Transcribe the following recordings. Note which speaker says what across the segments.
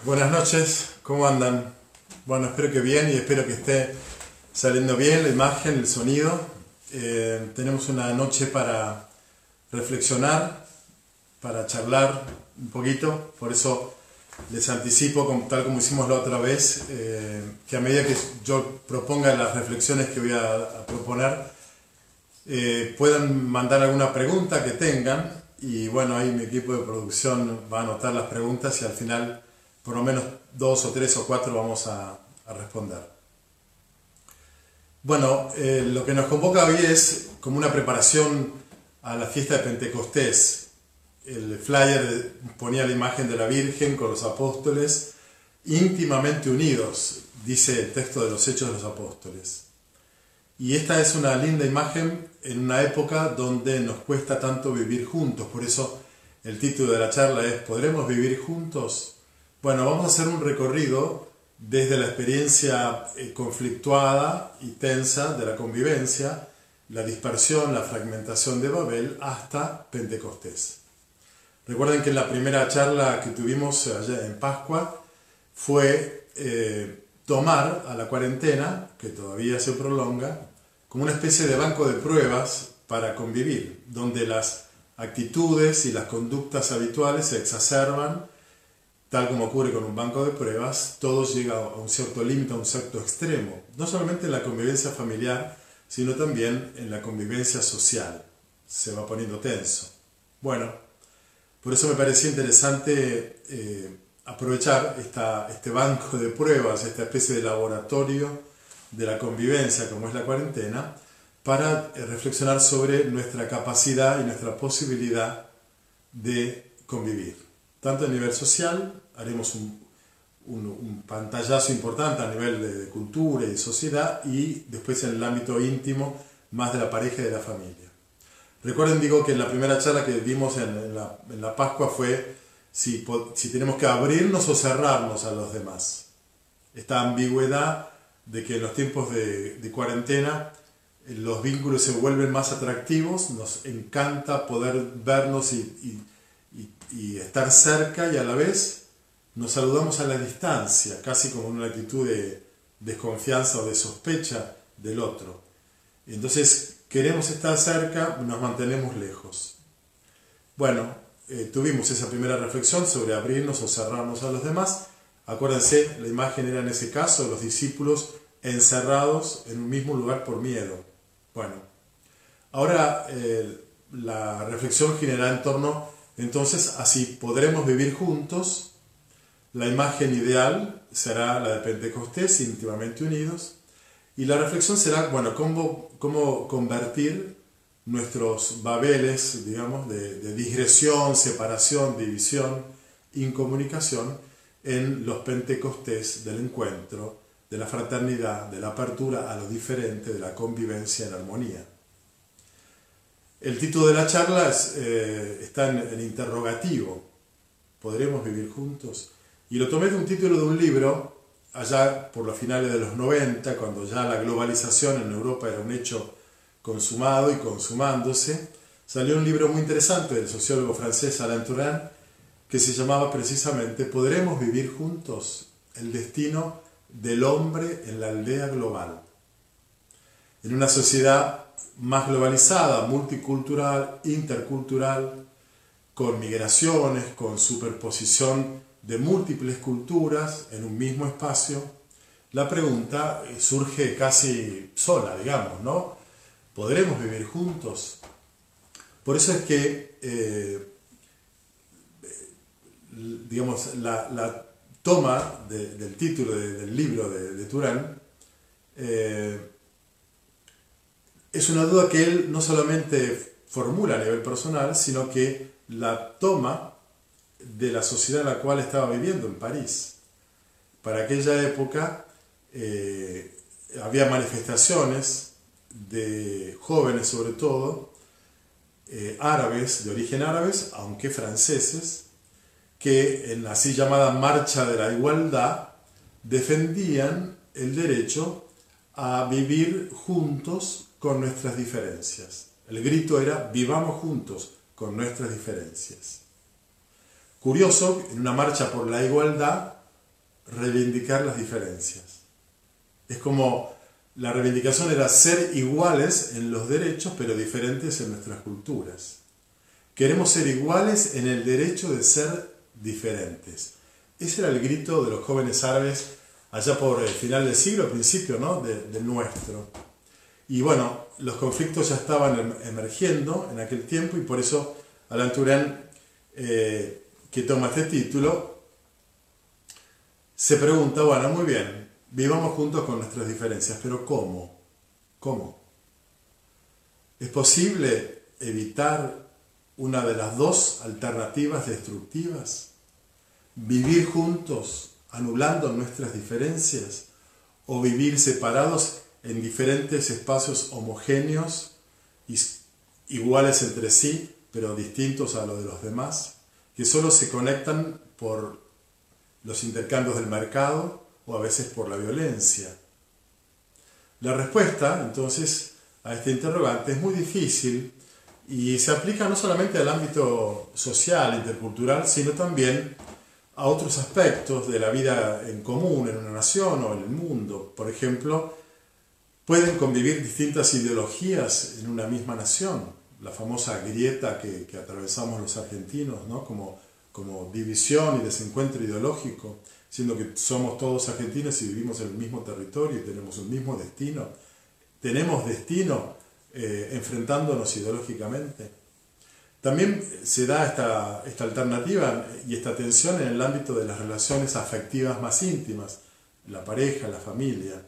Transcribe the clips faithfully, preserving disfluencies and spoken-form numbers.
Speaker 1: Buenas noches, ¿cómo andan? Bueno, espero que bien y espero que esté saliendo bien la imagen, el sonido. Eh, tenemos una noche para reflexionar, para charlar un poquito, por eso les anticipo, como, tal como hicimos la otra vez, eh, que a medida que yo proponga las reflexiones que voy a, a proponer, eh, puedan mandar alguna pregunta que tengan y bueno, ahí mi equipo de producción va a anotar las preguntas y al final por lo menos dos o tres o cuatro vamos a, a responder. Bueno, eh, lo que nos convoca hoy es como una preparación a la fiesta de Pentecostés. El flyer ponía la imagen de la Virgen con los apóstoles íntimamente unidos, dice el texto de los Hechos de los Apóstoles. Y esta es una linda imagen en una época donde nos cuesta tanto vivir juntos. Por eso el título de la charla es ¿podremos vivir juntos? Bueno, vamos a hacer un recorrido desde la experiencia conflictuada y tensa de la convivencia, la dispersión, la fragmentación de Babel, hasta Pentecostés. Recuerden que la primera charla que tuvimos allá en Pascua fue eh, tomar a la cuarentena, que todavía se prolonga, como una especie de banco de pruebas para convivir, donde las actitudes y las conductas habituales se exacerban. Tal como ocurre con un banco de pruebas, todo llega a un cierto límite, a un cierto extremo. No solamente en la convivencia familiar, sino también en la convivencia social. Se va poniendo tenso. Bueno, por eso me parecía interesante eh, aprovechar esta, este banco de pruebas, esta especie de laboratorio de la convivencia, como es la cuarentena, para eh, reflexionar sobre nuestra capacidad y nuestra posibilidad de convivir. Tanto a nivel social, haremos un, un, un pantallazo importante a nivel de, de cultura y sociedad, y después en el ámbito íntimo, más de la pareja y de la familia. Recuerden, digo, que en la primera charla que dimos en, en, la, en la Pascua fue si, si tenemos que abrirnos o cerrarnos a los demás. Esta ambigüedad de que en los tiempos de, de cuarentena los vínculos se vuelven más atractivos, nos encanta poder vernos y, y Y, y estar cerca y a la vez nos saludamos a la distancia, casi como una actitud de desconfianza o de sospecha del otro. Entonces queremos estar cerca, nos mantenemos lejos. Bueno, eh, tuvimos esa primera reflexión sobre abrirnos o cerrarnos a los demás. Acuérdense, la imagen era en ese caso los discípulos encerrados en un mismo lugar por miedo. Bueno, ahora eh, la reflexión girará en torno entonces, así podremos vivir juntos. La imagen ideal será la de Pentecostés, íntimamente unidos. Y la reflexión será, bueno, cómo, cómo convertir nuestros babeles, digamos, de, de digresión, separación, división, incomunicación, en los Pentecostés del encuentro, de la fraternidad, de la apertura a lo diferente, de la convivencia en armonía. El título de la charla es, eh, está en, en interrogativo. ¿Podremos vivir juntos? Y lo tomé de un título de un libro, allá por los finales de los noventa, cuando ya la globalización en Europa era un hecho consumado y consumándose. Salió un libro muy interesante del sociólogo francés Alain Touraine, que se llamaba precisamente ¿Podremos vivir juntos? El destino del hombre en la aldea global. En una sociedad más globalizada, multicultural, intercultural, con migraciones, con superposición de múltiples culturas en un mismo espacio, la pregunta surge casi sola, digamos, ¿no? ¿Podremos vivir juntos? Por eso es que, eh, digamos, la, la toma de, del título de, del libro de, de Touraine eh, es una duda que él no solamente formula a nivel personal, sino que la toma de la sociedad en la cual estaba viviendo en París. Para aquella época eh, había manifestaciones de jóvenes, sobre todo, eh, árabes, de origen árabes, aunque franceses, que en la así llamada Marcha de la Igualdad defendían el derecho a vivir juntos con nuestras diferencias. El grito era vivamos juntos con nuestras diferencias. Curioso, en una marcha por la igualdad reivindicar las diferencias. Es como la reivindicación era ser iguales en los derechos, pero diferentes en nuestras culturas. Queremos ser iguales en el derecho de ser diferentes. Ese era el grito de los jóvenes árabes allá por el final del siglo, principio, ¿no? de, del nuestro. Y bueno, los conflictos ya estaban emergiendo en aquel tiempo y por eso Alan Turing, eh, que toma este título, se pregunta, bueno, muy bien, vivamos juntos con nuestras diferencias, pero ¿cómo? ¿Cómo? ¿Es posible evitar una de las dos alternativas destructivas? ¿Vivir juntos, anulando nuestras diferencias? ¿O vivir separados en diferentes espacios homogéneos, iguales entre sí, pero distintos a los de los demás, que solo se conectan por los intercambios del mercado o a veces por la violencia? La respuesta, entonces, a este interrogante es muy difícil y se aplica no solamente al ámbito social, intercultural, sino también a otros aspectos de la vida en común, en una nación o en el mundo. Por ejemplo, pueden convivir distintas ideologías en una misma nación. La famosa grieta que, que atravesamos los argentinos, ¿no? como, como división y desencuentro ideológico, siendo que somos todos argentinos y vivimos en el mismo territorio y tenemos un mismo destino. Tenemos destino eh, enfrentándonos ideológicamente. También se da esta, esta alternativa y esta tensión en el ámbito de las relaciones afectivas más íntimas, la pareja, la familia.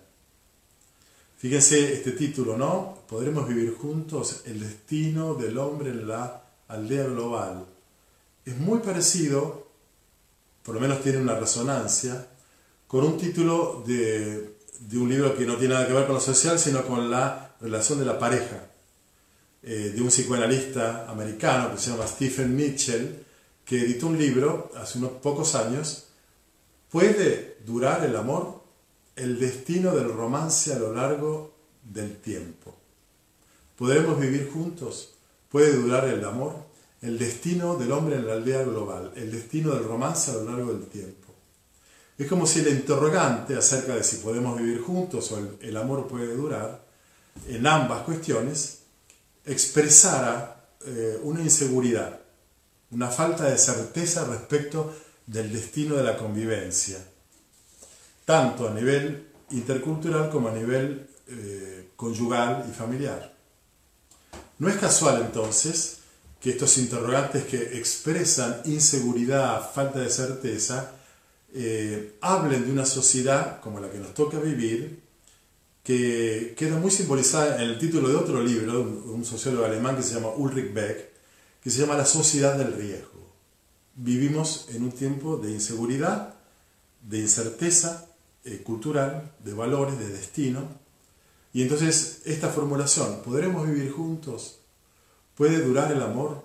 Speaker 1: Fíjense este título, ¿no? ¿Podremos vivir juntos? El destino del hombre en la aldea global. Es muy parecido, por lo menos tiene una resonancia, con un título de, de un libro que no tiene nada que ver con lo social, sino con la relación de la pareja, eh, de un psicoanalista americano que se llama Stephen Mitchell, que editó un libro hace unos pocos años. ¿Puede durar el amor? El destino del romance a lo largo del tiempo. ¿Podremos vivir juntos? ¿Puede durar el amor? El destino del hombre en la aldea global. El destino del romance a lo largo del tiempo. Es como si el interrogante acerca de si podemos vivir juntos o el, el amor puede durar, en ambas cuestiones, expresara eh, una inseguridad, una falta de certeza respecto del destino de la convivencia, tanto a nivel intercultural como a nivel eh, conyugal y familiar. No es casual entonces que estos interrogantes que expresan inseguridad, falta de certeza, eh, hablen de una sociedad como la que nos toca vivir, que queda muy simbolizada en el título de otro libro, un, un sociólogo alemán que se llama Ulrich Beck, que se llama La sociedad del riesgo. Vivimos en un tiempo de inseguridad, de incerteza eh, cultural, de valores, de destino. Y entonces esta formulación, ¿podremos vivir juntos? ¿Puede durar el amor?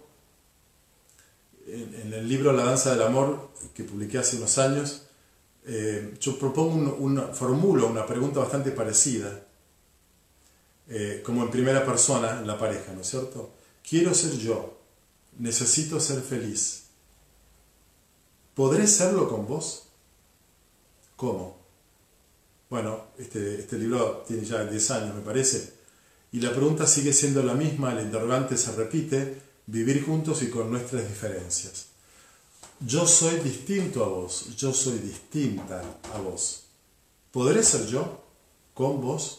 Speaker 1: En, en el libro La danza del amor, que publiqué hace unos años, eh, yo propongo un, una, formulo una pregunta bastante parecida, eh, como en primera persona en la pareja, ¿no es cierto? Quiero ser yo, necesito ser feliz. ¿Podré serlo con vos? ¿Cómo? Bueno, este, este libro tiene ya diez años, me parece, y la pregunta sigue siendo la misma, el interrogante se repite: vivir juntos y con nuestras diferencias. Yo soy distinto a vos, yo soy distinta a vos. ¿Podré ser yo con vos?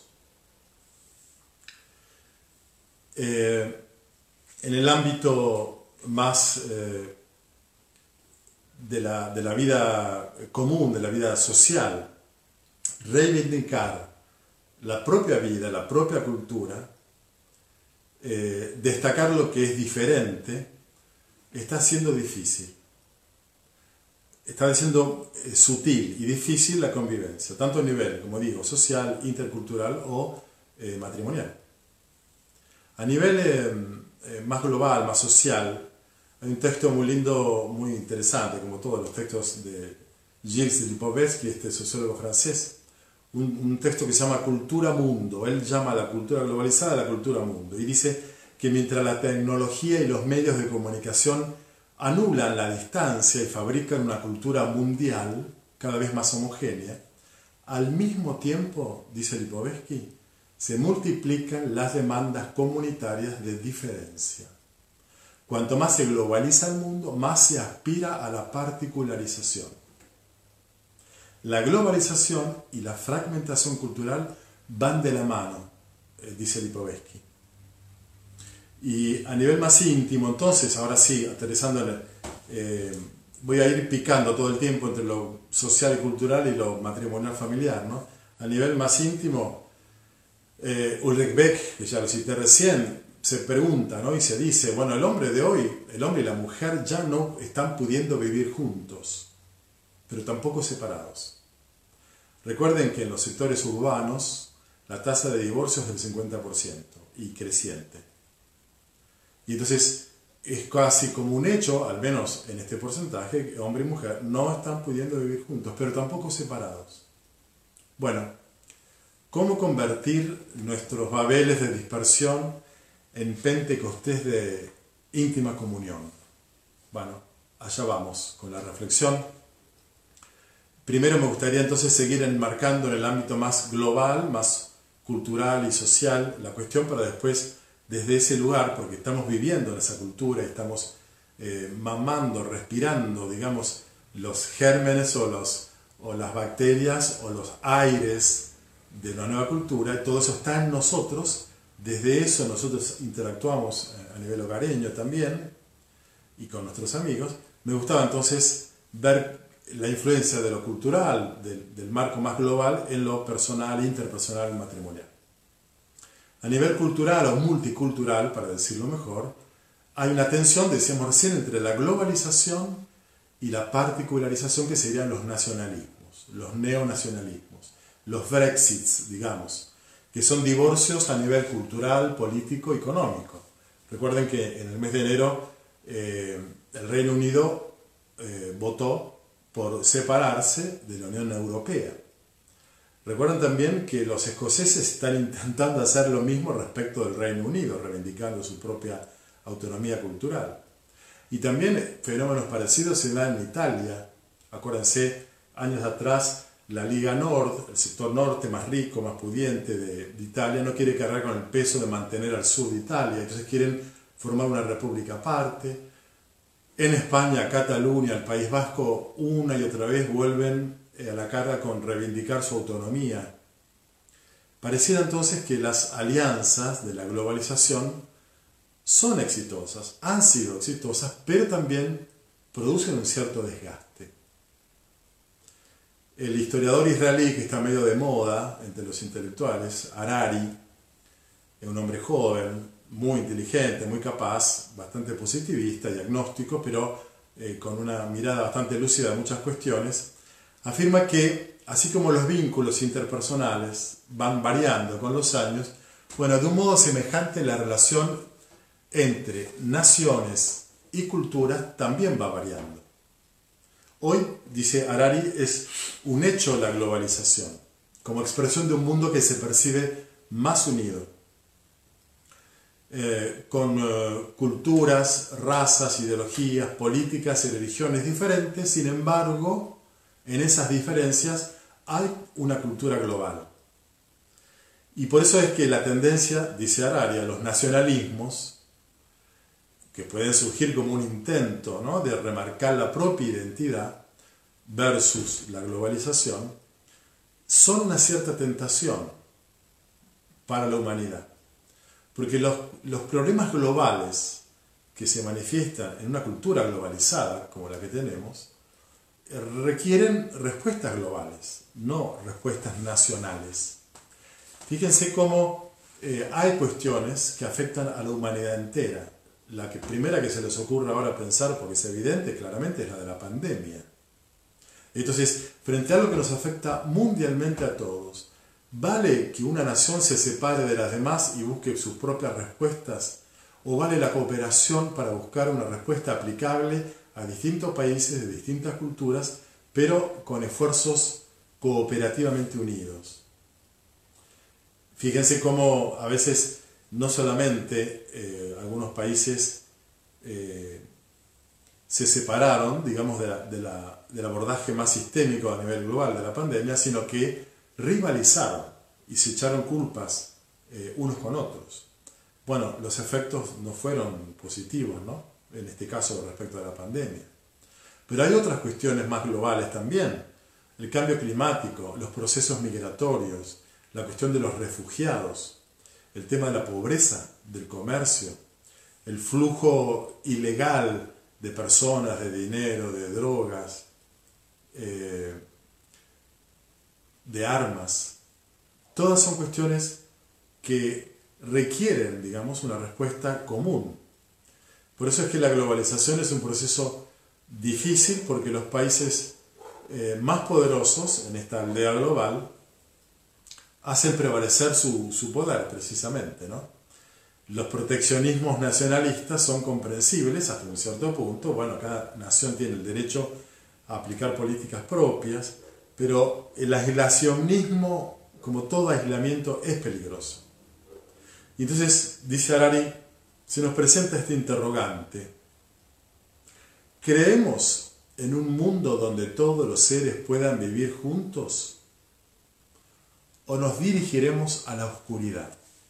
Speaker 1: Eh, en el ámbito más eh, de, la, de la vida común, de la vida social, reivindicar la propia vida, la propia cultura, eh, destacar lo que es diferente, está siendo difícil. Está siendo eh, sutil y difícil la convivencia, tanto a nivel, como digo, social, intercultural o eh, matrimonial. A nivel eh, eh, más global, más social, hay un texto muy lindo, muy interesante, como todos los textos de Gilles Lipovetsky, este sociólogo francés, un, un texto que se llama Cultura Mundo. Él llama a la cultura globalizada la cultura mundo y dice que mientras la tecnología y los medios de comunicación anulan la distancia y fabrican una cultura mundial, cada vez más homogénea, al mismo tiempo, dice Lipovetsky, se multiplican las demandas comunitarias de diferencia. Cuanto más se globaliza el mundo, más se aspira a la particularización. La globalización y la fragmentación cultural van de la mano, eh, dice Lipovetsky. Y a nivel más íntimo, entonces, ahora sí, aterrizando en el, eh, voy a ir picando todo el tiempo entre lo social y cultural y lo matrimonial familiar, ¿no? A nivel más íntimo, eh, Ulrich Beck, que ya lo cité recién, se pregunta, ¿no? Y se dice, bueno, el hombre de hoy, el hombre y la mujer ya no están pudiendo vivir juntos, pero tampoco separados. Recuerden que en los sectores urbanos la tasa de divorcio es del cincuenta por ciento y creciente. Y entonces es casi como un hecho, al menos en este porcentaje, que hombre y mujer no están pudiendo vivir juntos, pero tampoco separados. Bueno, ¿cómo convertir nuestros babeles de dispersión en Pentecostés de íntima comunión? Bueno, allá vamos con la reflexión. Primero me gustaría entonces seguir enmarcando en el ámbito más global, más cultural y social la cuestión, para después, desde ese lugar, porque estamos viviendo en esa cultura y estamos eh, mamando, respirando, digamos, los gérmenes o, los, o las bacterias o los aires de una nueva cultura, y todo eso está en nosotros. Desde eso nosotros interactuamos a nivel hogareño también y con nuestros amigos. Me gustaba entonces ver la influencia de lo cultural, del, del marco más global, en lo personal, interpersonal y matrimonial. A nivel cultural o multicultural, para decirlo mejor, hay una tensión, decíamos recién, entre la globalización y la particularización, que serían los nacionalismos, los neonacionalismos, los Brexits, digamos, que son divorcios a nivel cultural, político y económico. Recuerden que en el mes de enero eh, el Reino Unido eh, votó por separarse de la Unión Europea. Recuerden también que los escoceses están intentando hacer lo mismo respecto del Reino Unido, reivindicando su propia autonomía cultural. Y también fenómenos parecidos se dan en Italia. Acuérdense, años atrás, la Liga Nord, el sector norte más rico, más pudiente de, de Italia, no quiere cargar con el peso de mantener al sur de Italia, entonces quieren formar una república aparte. En España, Cataluña, el País Vasco, una y otra vez vuelven a la carga con reivindicar su autonomía. Pareciera entonces que las alianzas de la globalización son exitosas, han sido exitosas, pero también producen un cierto desgaste. El historiador israelí que está medio de moda entre los intelectuales, Harari, es un hombre joven, muy inteligente, muy capaz, bastante positivista y agnóstico, pero eh, con una mirada bastante lúcida de muchas cuestiones, afirma que, así como los vínculos interpersonales van variando con los años, bueno, de un modo semejante la relación entre naciones y culturas también va variando. Hoy, dice Harari, es un hecho la globalización, como expresión de un mundo que se percibe más unido, eh, con eh, culturas, razas, ideologías, políticas y religiones diferentes. Sin embargo, en esas diferencias hay una cultura global. Y por eso es que la tendencia, dice Harari, a los nacionalismos, que pueden surgir como un intento, ¿no?, de remarcar la propia identidad versus la globalización, son una cierta tentación para la humanidad. Porque los, los problemas globales que se manifiestan en una cultura globalizada, como la que tenemos, requieren respuestas globales, no respuestas nacionales. Fíjense cómo eh, hay cuestiones que afectan a la humanidad entera. La que, primera que se les ocurre ahora pensar, porque es evidente, claramente, es la de la pandemia. Entonces, frente a algo que nos afecta mundialmente a todos, ¿vale que una nación se separe de las demás y busque sus propias respuestas? ¿O vale la cooperación para buscar una respuesta aplicable a distintos países de distintas culturas, pero con esfuerzos cooperativamente unidos? Fíjense cómo a veces no solamente eh, algunos países eh, se separaron, digamos, de la, de la, del abordaje más sistémico a nivel global de la pandemia, sino que rivalizaron y se echaron culpas eh, unos con otros. Bueno, los efectos no fueron positivos, ¿no? En este caso respecto a la pandemia. Pero hay otras cuestiones más globales también. El cambio climático, los procesos migratorios, la cuestión de los refugiados, el tema de la pobreza, del comercio, el flujo ilegal de personas, de dinero, de drogas, eh, de armas. Todas son cuestiones que requieren, digamos, una respuesta común. Por eso es que la globalización es un proceso difícil, porque los países eh, más poderosos en esta aldea global hacen prevalecer su, su poder, precisamente, ¿no? Los proteccionismos nacionalistas son comprensibles hasta un cierto punto. Bueno, cada nación tiene el derecho a aplicar políticas propias, pero el aislacionismo, como todo aislamiento, es peligroso. Y entonces, dice Harari, se nos presenta este interrogante. ¿Creemos en un mundo donde todos los seres puedan vivir juntos? ¿O nos dirigiremos a la oscuridad?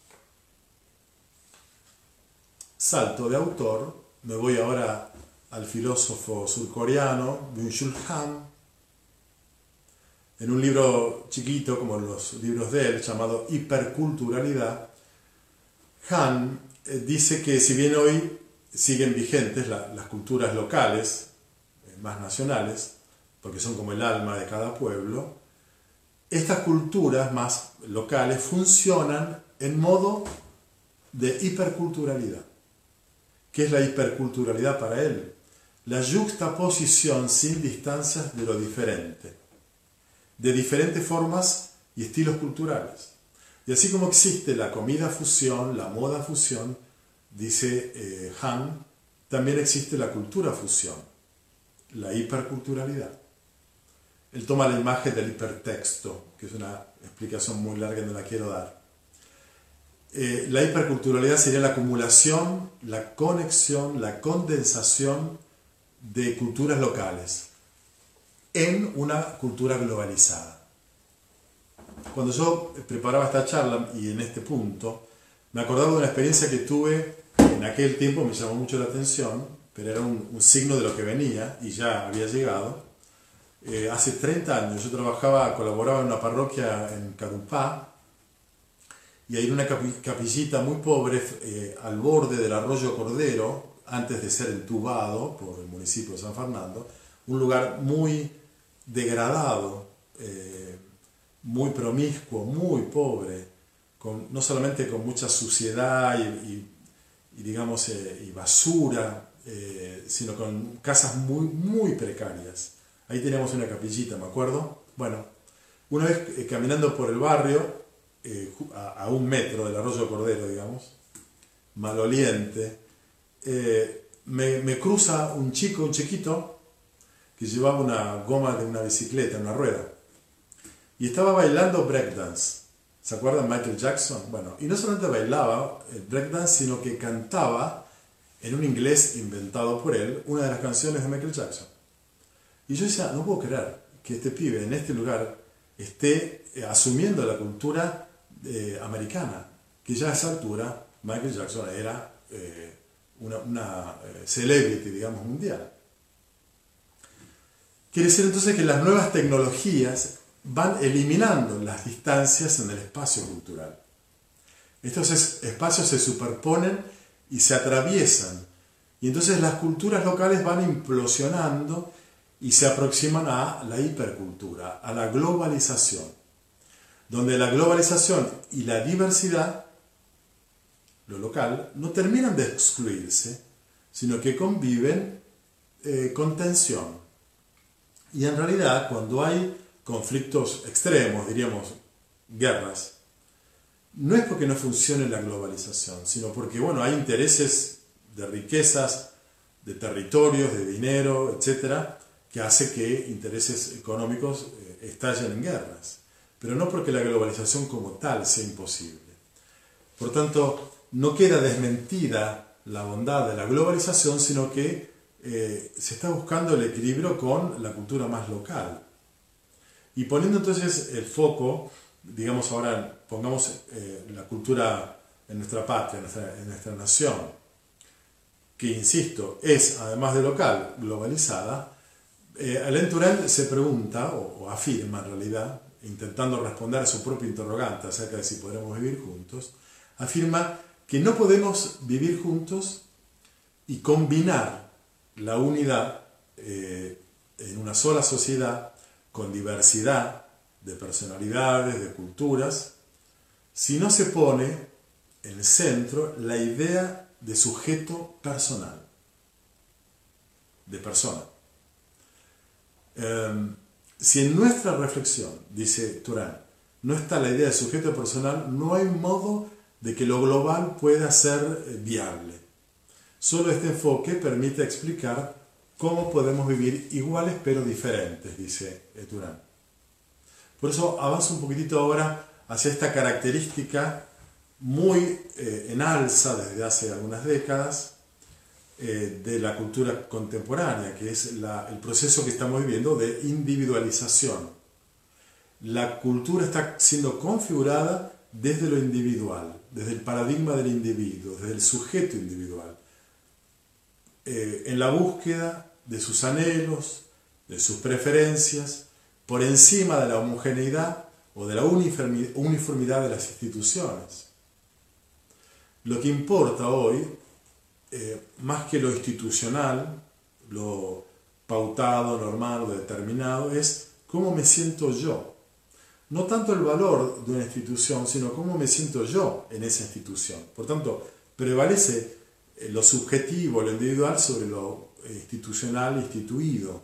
Speaker 1: Salto de autor, me voy ahora al filósofo surcoreano Byung-Chul Han, en un libro chiquito como los libros de él, llamado Hiperculturalidad. Han eh, dice que si bien hoy siguen vigentes la, las culturas locales, eh, más nacionales, porque son como el alma de cada pueblo, estas culturas más locales funcionan en modo de hiperculturalidad. ¿Qué es la hiperculturalidad para él? La yuxtaposición sin distancias de lo diferente, de diferentes formas y estilos culturales. Y así como existe la comida fusión, la moda fusión, dice eh, Han, también existe la cultura fusión, la hiperculturalidad. Él toma la imagen del hipertexto, que es una explicación muy larga y no la quiero dar. Eh, la hiperculturalidad sería la acumulación, la conexión, la condensación de culturas locales en una cultura globalizada. Cuando yo preparaba esta charla y en este punto, me acordaba de una experiencia que tuve en aquel tiempo, me llamó mucho la atención, pero era un, un signo de lo que venía y ya había llegado. Eh, hace treinta años yo trabajaba, colaboraba en una parroquia en Carupá, y hay una capillita muy pobre eh, al borde del arroyo Cordero, antes de ser entubado por el municipio de San Fernando, un lugar muy degradado, eh, muy promiscuo, muy pobre, con, no solamente con mucha suciedad y, y, y digamos, eh, y basura, eh, sino con casas muy, muy precarias. Ahí teníamos una capillita, ¿me acuerdo? Bueno, una vez eh, caminando por el barrio, eh, a, a un metro del arroyo Cordero, digamos, maloliente, eh, me, me cruza un chico, un chiquito, que llevaba una goma de una bicicleta, una rueda, y estaba bailando breakdance. ¿Se acuerdan Michael Jackson? Bueno, y no solamente bailaba el breakdance, sino que cantaba en un inglés inventado por él una de las canciones de Michael Jackson. Y yo decía, no puedo creer que este pibe en este lugar esté eh, asumiendo la cultura eh, americana, que ya a esa altura Michael Jackson era eh, una, una eh, celebrity, digamos, mundial. Quiere decir entonces que las nuevas tecnologías van eliminando las distancias en el espacio cultural. Estos es, espacios se superponen y se atraviesan, y entonces las culturas locales van implosionando y se aproximan a la hipercultura, a la globalización, donde la globalización y la diversidad, lo local, no terminan de excluirse, sino que conviven eh, con tensión. Y en realidad, cuando hay conflictos extremos, diríamos guerras, no es porque no funcione la globalización, sino porque, bueno, hay intereses de riquezas, de territorios, de dinero, etcétera, que hace que intereses económicos eh, estallen en guerras, pero no porque la globalización como tal sea imposible. Por tanto, no queda desmentida la bondad de la globalización, sino que eh, se está buscando el equilibrio con la cultura más local. Y poniendo entonces el foco, digamos ahora, pongamos eh, la cultura en nuestra patria, en nuestra, en nuestra nación, que insisto, es además de local, globalizada, eh, Alain Touraine se pregunta, o, o afirma en realidad, intentando responder a su propio interrogante acerca de si podremos vivir juntos, afirma que no podemos vivir juntos y combinar la unidad eh, en una sola sociedad con diversidad de personalidades, de culturas, si no se pone en el centro la idea de sujeto personal, de persona. Eh, si en nuestra reflexión, dice Touraine, no está la idea de sujeto personal, no hay modo de que lo global pueda ser viable. Solo este enfoque permite explicar cómo podemos vivir iguales pero diferentes, dice Touraine. Por eso avanzo un poquitito ahora hacia esta característica muy eh, en alza desde hace algunas décadas eh, de la cultura contemporánea, que es la, el proceso que estamos viviendo de individualización. La cultura está siendo configurada desde lo individual, desde el paradigma del individuo, desde el sujeto individual, eh, en la búsqueda de sus anhelos, de sus preferencias, por encima de la homogeneidad o de la uniformidad de las instituciones. Lo que importa hoy, eh, más que lo institucional, lo pautado, normal o determinado, es cómo me siento yo. No tanto el valor de una institución, sino cómo me siento yo en esa institución. Por tanto, prevalece lo subjetivo, lo individual, sobre lo institucional, instituido.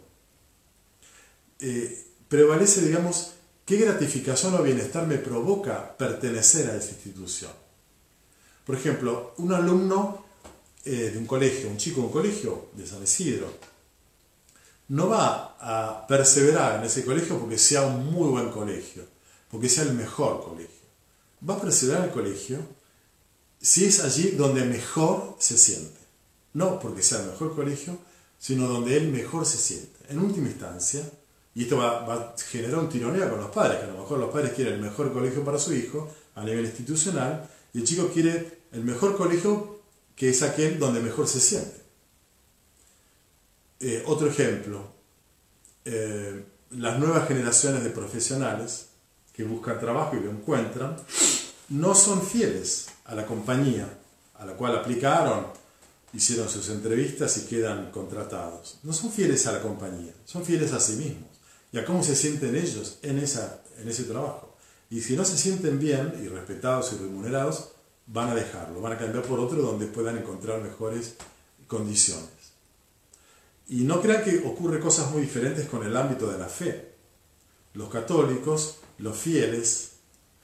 Speaker 1: Eh, prevalece, digamos, qué gratificación o bienestar me provoca pertenecer a esa institución. Por ejemplo, un alumno eh, de un colegio, un chico de un colegio de San Isidro, no va a perseverar en ese colegio porque sea un muy buen colegio, porque sea el mejor colegio. Va a perseverar en el colegio si es allí donde mejor se siente. No porque sea el mejor colegio, sino donde él mejor se siente. En última instancia, y esto va, va a generar un tironeo con los padres, que a lo mejor los padres quieren el mejor colegio para su hijo a nivel institucional, y el chico quiere el mejor colegio que es aquel donde mejor se siente. Eh, otro ejemplo, eh, las nuevas generaciones de profesionales que buscan trabajo y lo encuentran, no son fieles a la compañía a la cual aplicaron, hicieron sus entrevistas y quedan contratados. No son fieles a la compañía, son fieles a sí mismos y a cómo se sienten ellos en, esa, en ese trabajo. Y si no se sienten bien y respetados y remunerados, van a dejarlo, van a cambiar por otro donde puedan encontrar mejores condiciones. Y no crean que ocurre cosas muy diferentes con el ámbito de la fe. Los católicos, los fieles,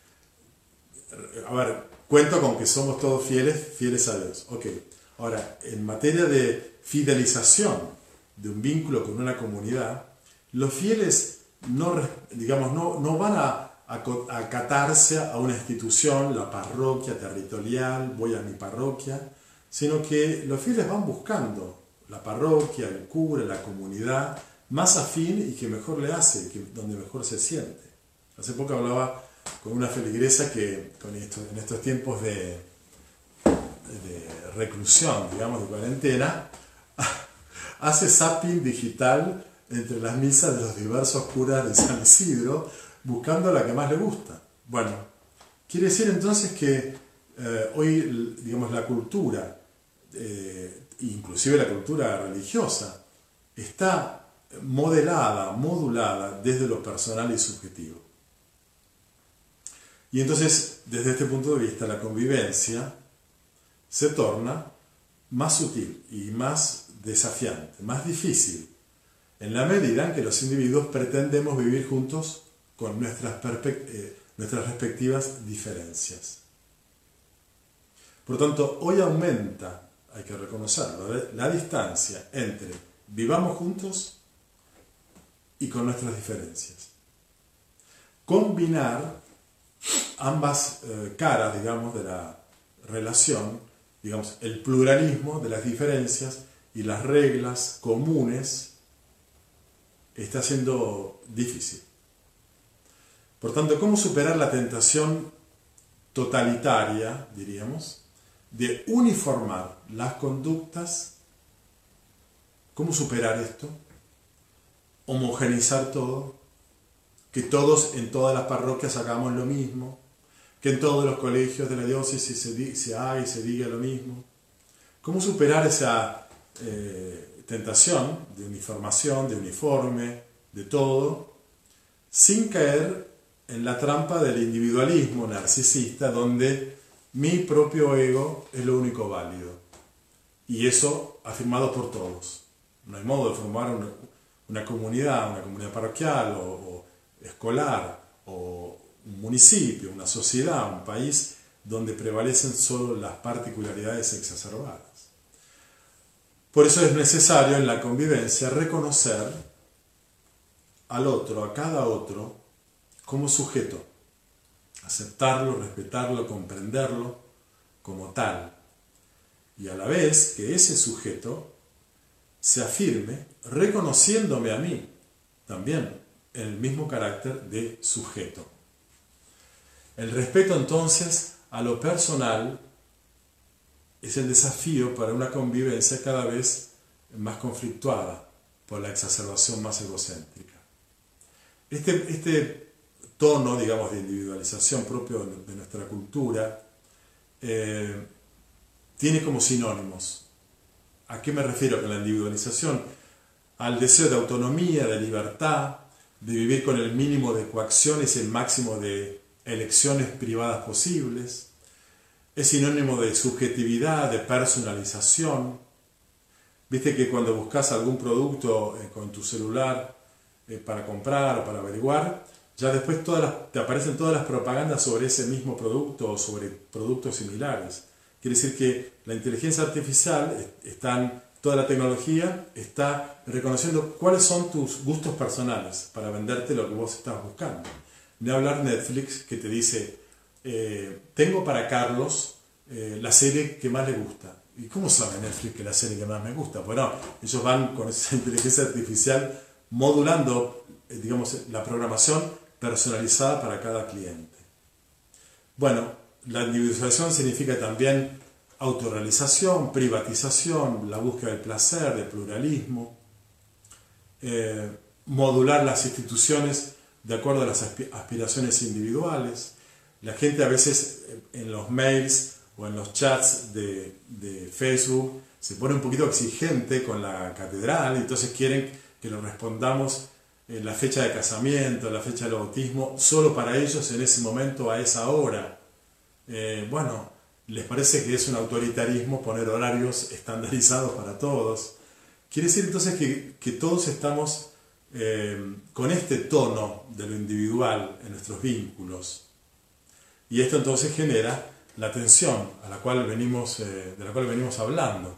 Speaker 1: a ver, cuento con que somos todos fieles, fieles a Dios. Ok, ahora, en materia de fidelización de un vínculo con una comunidad, los fieles no, digamos, no, no van a, a acatarse a una institución, la parroquia territorial, voy a mi parroquia, sino que los fieles van buscando la parroquia, el cura, la comunidad más afín y que mejor le hace, que, donde mejor se siente. Hace poco hablaba con una feligresa que con esto, en estos tiempos de, de reclusión, digamos, de cuarentena, hace zapping digital entre las misas de los diversos curas de San Isidro, buscando la que más le gusta. Bueno, quiere decir entonces que eh, hoy, digamos, la cultura, eh, inclusive la cultura religiosa, está modelada, modulada desde lo personal y subjetivo. Y entonces, desde este punto de vista, la convivencia se torna más sutil y más desafiante, más difícil, en la medida en que los individuos pretendemos vivir juntos con nuestras, eh, nuestras respectivas diferencias. Por tanto, hoy aumenta, hay que reconocerlo, la distancia entre vivamos juntos y con nuestras diferencias. Combinar ambas eh, caras, digamos, de la relación, digamos, el pluralismo de las diferencias y las reglas comunes está siendo difícil. Por tanto, ¿cómo superar la tentación totalitaria, diríamos, de uniformar las conductas? ¿Cómo superar esto? Homogeneizar todo, que todos en todas las parroquias hagamos lo mismo, que en todos los colegios de la diócesis se, di, se haga y se diga lo mismo. ¿Cómo superar esa eh, tentación de uniformación, de uniforme, de todo, sin caer en la trampa del individualismo narcisista, donde mi propio ego es lo único válido? Y eso afirmado por todos. No hay modo de formar una, una comunidad, una comunidad parroquial o, o escolar, o un municipio, una sociedad, un país, donde prevalecen solo las particularidades exacerbadas. Por eso es necesario en la convivencia reconocer al otro, a cada otro, como sujeto, aceptarlo, respetarlo, comprenderlo como tal, y a la vez que ese sujeto se afirme reconociéndome a mí también en el mismo carácter de sujeto. El respeto entonces a lo personal es el desafío para una convivencia cada vez más conflictuada por la exacerbación más egocéntrica. Este, este tono, digamos, de individualización propio de nuestra cultura eh, tiene como sinónimos. ¿A qué me refiero con la individualización? Al deseo de autonomía, de libertad, de vivir con el mínimo de coacciones y el máximo de elecciones privadas posibles. Es sinónimo de subjetividad, de personalización. Viste que cuando buscas algún producto eh, con tu celular eh, para comprar o para averiguar, ya después todas las, te aparecen todas las propagandas sobre ese mismo producto o sobre productos similares. Quiere decir que la inteligencia artificial, está, toda la tecnología está reconociendo cuáles son tus gustos personales para venderte lo que vos estás buscando. Ni hablar Netflix, que te dice, eh, tengo para Carlos eh, la serie que más le gusta. ¿Y cómo sabe Netflix que la serie que más me gusta? Bueno, ellos van con esa inteligencia artificial modulando, eh, digamos, la programación personalizada para cada cliente. Bueno, la individualización significa también autorrealización, privatización, la búsqueda del placer, del pluralismo, eh, modular las instituciones de acuerdo a las aspiraciones individuales. La gente a veces en los mails o en los chats de, de Facebook se pone un poquito exigente con la catedral y entonces quieren que le respondamos en la fecha de casamiento, la fecha del bautismo, solo para ellos en ese momento, a esa hora. Eh, bueno, les parece que es un autoritarismo poner horarios estandarizados para todos. Quiere decir entonces que, que todos estamos eh, con este tono de lo individual en nuestros vínculos. Y esto entonces genera la tensión a la cual venimos, eh, de la cual venimos hablando.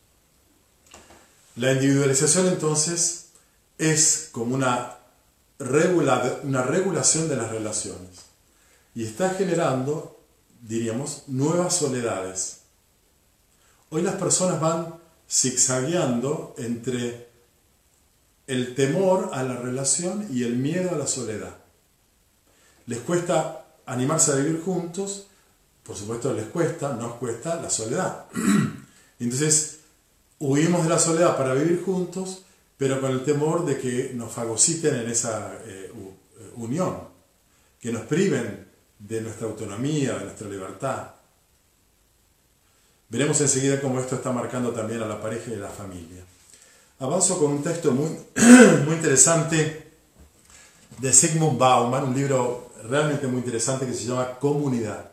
Speaker 1: La individualización entonces es como una, regula, una regulación de las relaciones y está generando, diríamos, nuevas soledades. Hoy las personas van zigzagueando entre el temor a la relación y el miedo a la soledad. Les cuesta animarse a vivir juntos, por supuesto les cuesta, nos cuesta la soledad. Entonces, huimos de la soledad para vivir juntos, pero con el temor de que nos fagociten en esa eh, unión, que nos priven de nuestra autonomía, de nuestra libertad. Veremos enseguida cómo esto está marcando también a la pareja y a la familia. Avanzo con un texto muy, muy interesante de Zygmunt Bauman, un libro realmente muy interesante que se llama Comunidad,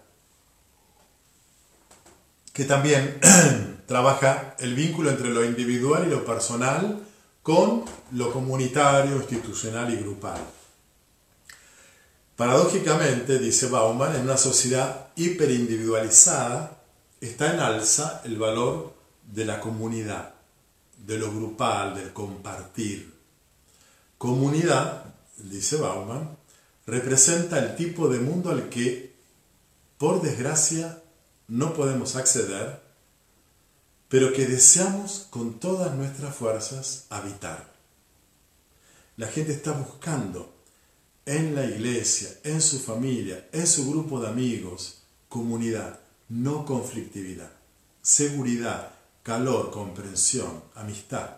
Speaker 1: que también trabaja el vínculo entre lo individual y lo personal con lo comunitario, institucional y grupal. Paradójicamente, dice Bauman, en una sociedad hiperindividualizada está en alza el valor de la comunidad, de lo grupal, del compartir. Comunidad, dice Bauman, representa el tipo de mundo al que, por desgracia, no podemos acceder, pero que deseamos con todas nuestras nuestras fuerzas habitar. La gente está buscando en la iglesia, en su familia, en su grupo de amigos, comunidad, no conflictividad, seguridad, calor, comprensión, amistad.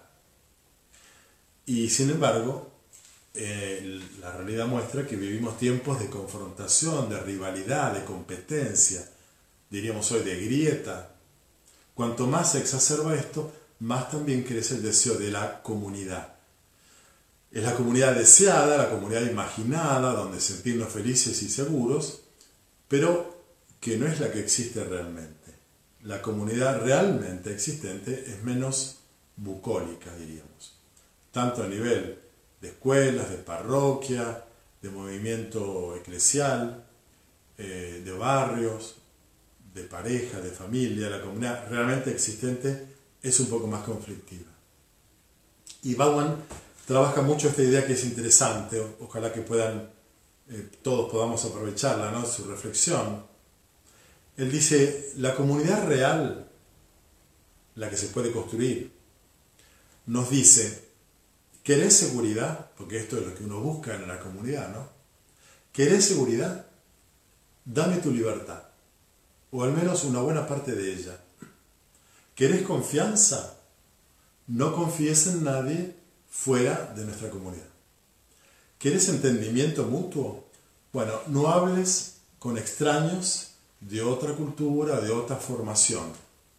Speaker 1: Y sin embargo, eh, la realidad muestra que vivimos tiempos de confrontación, de rivalidad, de competencia, diríamos hoy de grieta. Cuanto más se exacerba esto, más también crece el deseo de la comunidad. Es la comunidad deseada, la comunidad imaginada, donde sentirnos felices y seguros, pero que no es la que existe realmente. La comunidad realmente existente es menos bucólica, diríamos. Tanto a nivel de escuelas, de parroquia, de movimiento eclesial, eh, de barrios, de pareja, de familia. La comunidad realmente existente es un poco más conflictiva. Y Bauman trabaja mucho esta idea que es interesante, ojalá que puedan, eh, todos podamos aprovecharla, ¿no? Su reflexión. Él dice, la comunidad real, la que se puede construir, nos dice, ¿querés seguridad? Porque esto es lo que uno busca en la comunidad, ¿no? ¿Querés seguridad? Dame tu libertad, o al menos una buena parte de ella. ¿Querés confianza? No confíes en nadie fuera de nuestra comunidad. ¿Quieres entendimiento mutuo? Bueno, no hables con extraños de otra cultura, de otra formación.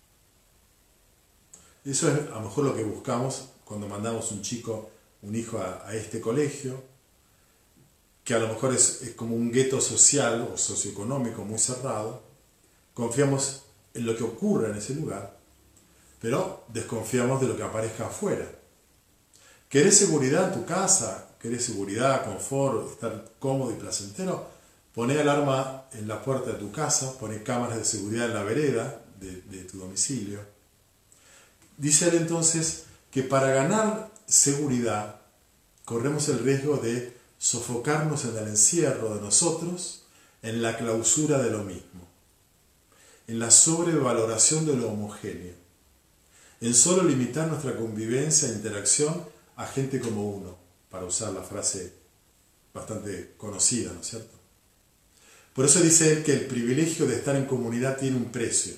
Speaker 1: Eso es a lo mejor lo que buscamos cuando mandamos un chico, un hijo a, a este colegio, que a lo mejor es, es como un gueto social o socioeconómico muy cerrado. Confiamos en lo que ocurre en ese lugar, pero desconfiamos de lo que aparezca afuera. ¿Querés seguridad en tu casa? ¿Querés seguridad, confort, estar cómodo y placentero? Poné alarma en la puerta de tu casa, poné cámaras de seguridad en la vereda de, de tu domicilio. Dice él entonces que para ganar seguridad corremos el riesgo de sofocarnos en el encierro de nosotros, en la clausura de lo mismo, en la sobrevaloración de lo homogéneo, en solo limitar nuestra convivencia e interacción a gente como uno, para usar la frase bastante conocida, ¿no es cierto? Por eso dice él que el privilegio de estar en comunidad tiene un precio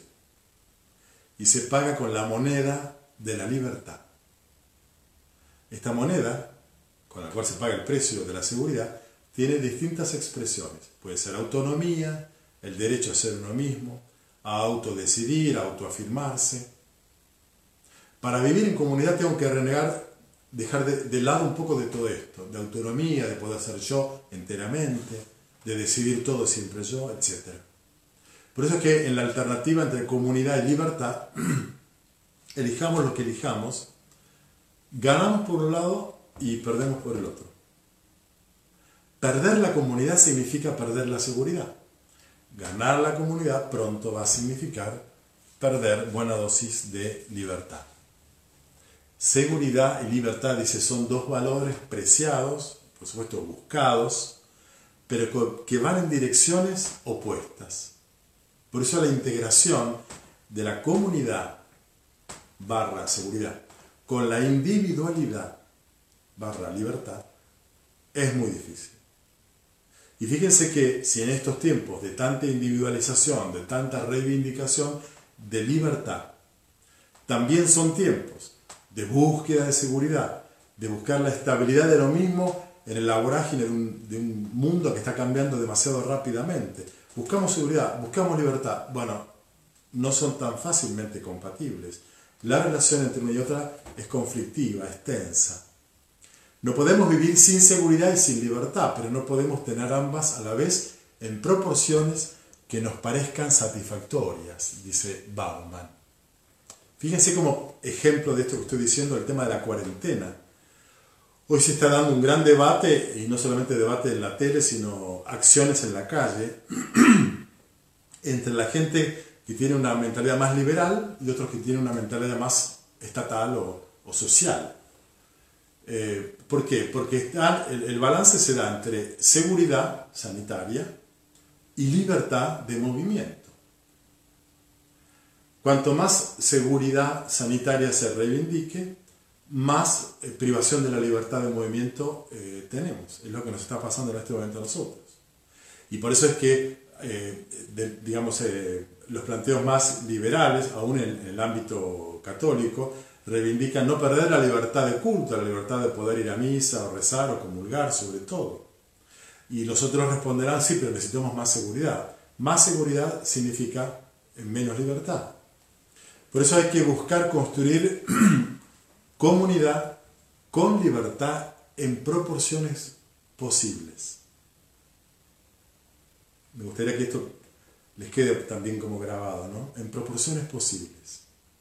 Speaker 1: y se paga con la moneda de la libertad. Esta moneda, con la cual se paga el precio de la seguridad, tiene distintas expresiones. Puede ser autonomía, el derecho a ser uno mismo, a autodecidir, a autoafirmarse. Para vivir en comunidad tengo que renegar, dejar de, de lado un poco de todo esto, de autonomía, de poder ser yo enteramente, de decidir todo siempre yo, etcétera. Por eso es que en la alternativa entre comunidad y libertad, elijamos lo que elijamos, ganamos por un lado y perdemos por el otro. Perder la comunidad significa perder la seguridad. Ganar la comunidad pronto va a significar perder buena dosis de libertad. Seguridad y libertad, dice, son dos valores preciados, por supuesto buscados, pero que van en direcciones opuestas. Por eso la integración de la comunidad barra seguridad con la individualidad barra libertad es muy difícil. Y fíjense que si en estos tiempos de tanta individualización, de tanta reivindicación de libertad, también son tiempos de búsqueda de seguridad, de buscar la estabilidad de lo mismo en el vorágine de un, de un mundo que está cambiando demasiado rápidamente. Buscamos seguridad, buscamos libertad. Bueno, no son tan fácilmente compatibles. La relación entre una y otra es conflictiva, es tensa. No podemos vivir sin seguridad y sin libertad, pero no podemos tener ambas a la vez en proporciones que nos parezcan satisfactorias, dice Bauman. Fíjense como ejemplo de esto que estoy diciendo, el tema de la cuarentena. Hoy se está dando un gran debate, y no solamente debate en la tele, sino acciones en la calle, entre la gente que tiene una mentalidad más liberal y otros que tienen una mentalidad más estatal o, o social. Eh, ¿Por qué? Porque está, el, el balance se da entre seguridad sanitaria y libertad de movimiento. Cuanto más seguridad sanitaria se reivindique, más eh, privación de la libertad de movimiento eh, tenemos. Es lo que nos está pasando en este momento a nosotros. Y por eso es que, eh, de, digamos, eh, los planteos más liberales, aún en, en el ámbito católico, reivindican no perder la libertad de culto, la libertad de poder ir a misa, o rezar, o comulgar, sobre todo. Y los otros responderán, sí, pero necesitamos más seguridad. Más seguridad significa menos libertad. Por eso hay que buscar construir comunidad con libertad en proporciones posibles. Me gustaría que esto les quede también como grabado, ¿no? En proporciones posibles.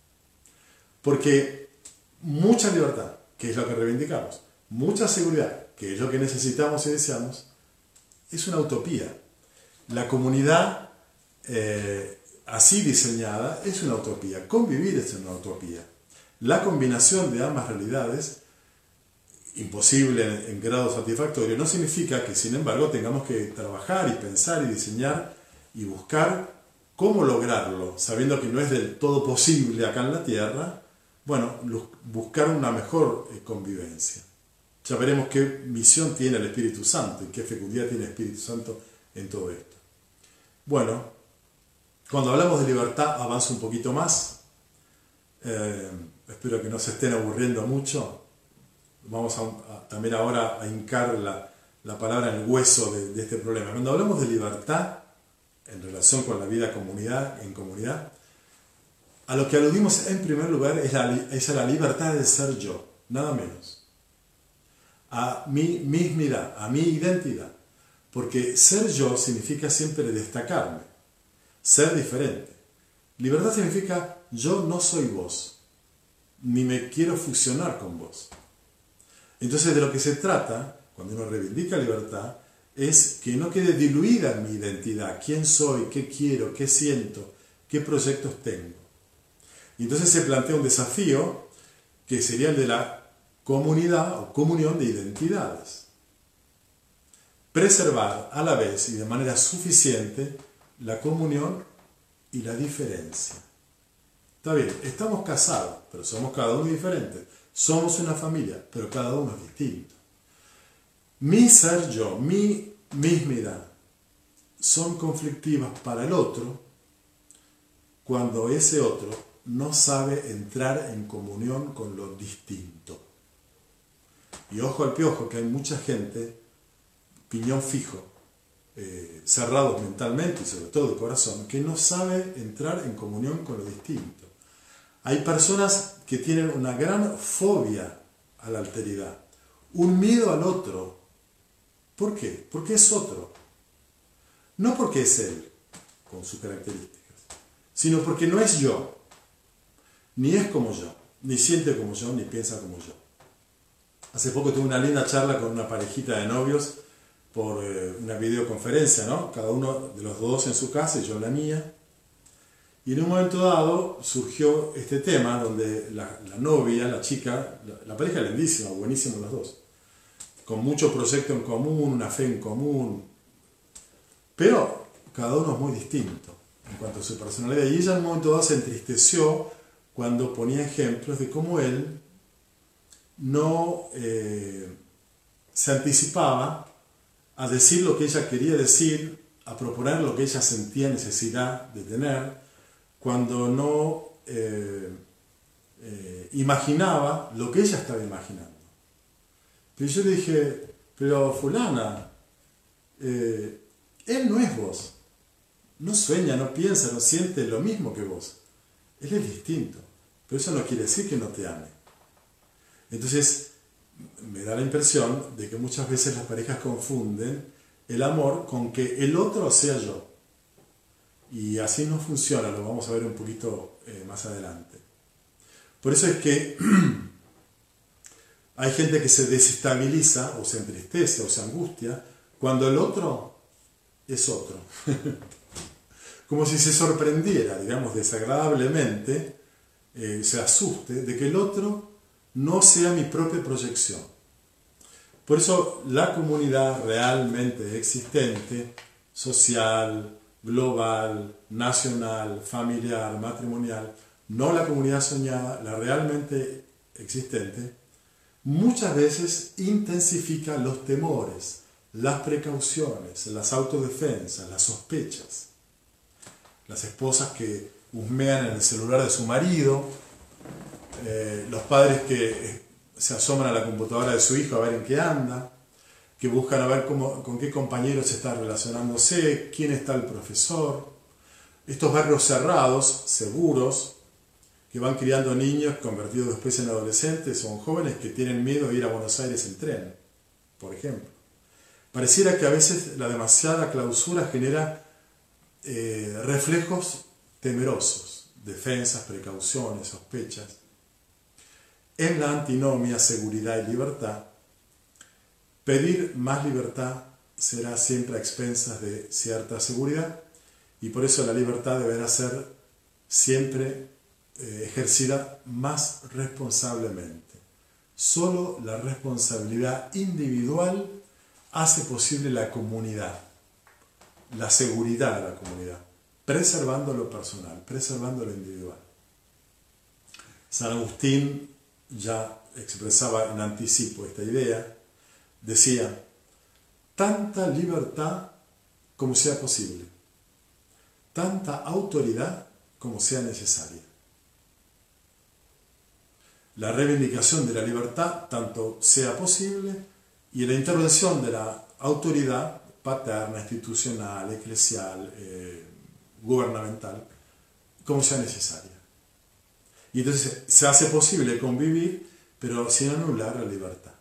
Speaker 1: Porque mucha libertad, que es lo que reivindicamos, mucha seguridad, que es lo que necesitamos y deseamos, es una utopía. La comunidad eh, así diseñada es una utopía. Convivir es una utopía. La combinación de ambas realidades, imposible en, en grado satisfactorio, no significa que, sin embargo, tengamos que trabajar y pensar y diseñar y buscar cómo lograrlo, sabiendo que no es del todo posible acá en la Tierra. Bueno, buscar una mejor eh, convivencia. Ya veremos qué misión tiene el Espíritu Santo y qué fecundidad tiene el Espíritu Santo en todo esto. Bueno, cuando hablamos de libertad avanzo un poquito más. Eh, espero que no se estén aburriendo mucho. Vamos a, a, también ahora a hincar la, la palabra en el hueso de, de este problema. Cuando hablamos de libertad en relación con la vida comunidad, en comunidad, a lo que aludimos en primer lugar es, la, es a la libertad de ser yo, nada menos. A mi mismidad, a mi identidad. Porque ser yo significa siempre destacarme, ser diferente. Libertad significa yo no soy vos, ni me quiero fusionar con vos. Entonces de lo que se trata, cuando uno reivindica libertad, es que no quede diluida mi identidad, quién soy, qué quiero, qué siento, qué proyectos tengo. Y entonces se plantea un desafío que sería el de la comunidad o comunión de identidades. Preservar a la vez y de manera suficiente la comunión y la diferencia. Está bien, estamos casados, pero somos cada uno diferente. Somos una familia, pero cada uno es distinto. Mi ser yo, mi mismidad, son conflictivas para el otro cuando ese otro no sabe entrar en comunión con lo distinto. Y ojo al piojo, que hay mucha gente, piñón fijo, eh, cerrados mentalmente y sobre todo de corazón, que no sabe entrar en comunión con lo distinto. Hay personas que tienen una gran fobia a la alteridad, un miedo al otro. ¿Por qué? Porque es otro. No porque es él, con sus características, sino porque no es yo. Ni es como yo, ni siente como yo, ni piensa como yo. Hace poco tuve una linda charla con una parejita de novios por eh, una videoconferencia, ¿no? Cada uno de los dos en su casa y yo en la mía. Y en un momento dado surgió este tema donde la, la novia, la chica, la, la pareja es lindísima, buenísima los dos, con mucho proyecto en común, una fe en común, pero cada uno es muy distinto en cuanto a su personalidad. Y ella en un momento dado se entristeció cuando ponía ejemplos de cómo él no eh, se anticipaba a decir lo que ella quería decir, a proponer lo que ella sentía necesidad de tener, cuando no eh, eh, imaginaba lo que ella estaba imaginando. Pero yo le dije, pero fulana, eh, él no es vos, no sueña, no piensa, no siente lo mismo que vos. Él es distinto, pero eso no quiere decir que no te ame. Entonces, me da la impresión de que muchas veces las parejas confunden el amor con que el otro sea yo. Y así no funciona, lo vamos a ver un poquito eh, más adelante. Por eso es que hay gente que se desestabiliza, o se entristece, o se angustia, cuando el otro es otro. Como si se sorprendiera, digamos, desagradablemente, eh, se asuste de que el otro no sea mi propia proyección. Por eso la comunidad realmente existente, social, global, nacional, familiar, matrimonial, no la comunidad soñada, la realmente existente, muchas veces intensifica los temores, las precauciones, las autodefensas, las sospechas. Las esposas que husmean en el celular de su marido, eh, los padres que se asoman a la computadora de su hijo a ver en qué anda, que buscan a ver cómo, con qué compañeros está relacionándose, quién está el profesor. Estos barrios cerrados, seguros, que van criando niños convertidos después en adolescentes, son jóvenes que tienen miedo de ir a Buenos Aires en tren, por ejemplo. Pareciera que a veces la demasiada clausura genera eh, reflejos temerosos, defensas, precauciones, sospechas. En la antinomia seguridad y libertad, pedir más libertad será siempre a expensas de cierta seguridad, y por eso la libertad deberá ser siempre eh, ejercida más responsablemente. Solo la responsabilidad individual hace posible la comunidad, la seguridad de la comunidad, preservando lo personal, preservando lo individual. San Agustín ya expresaba en anticipo esta idea, decía, tanta libertad como sea posible, tanta autoridad como sea necesaria. La reivindicación de la libertad tanto sea posible y la intervención de la autoridad paterna, institucional, eclesial, eh, gubernamental, como sea necesaria. Y entonces se hace posible convivir, pero sin anular la libertad.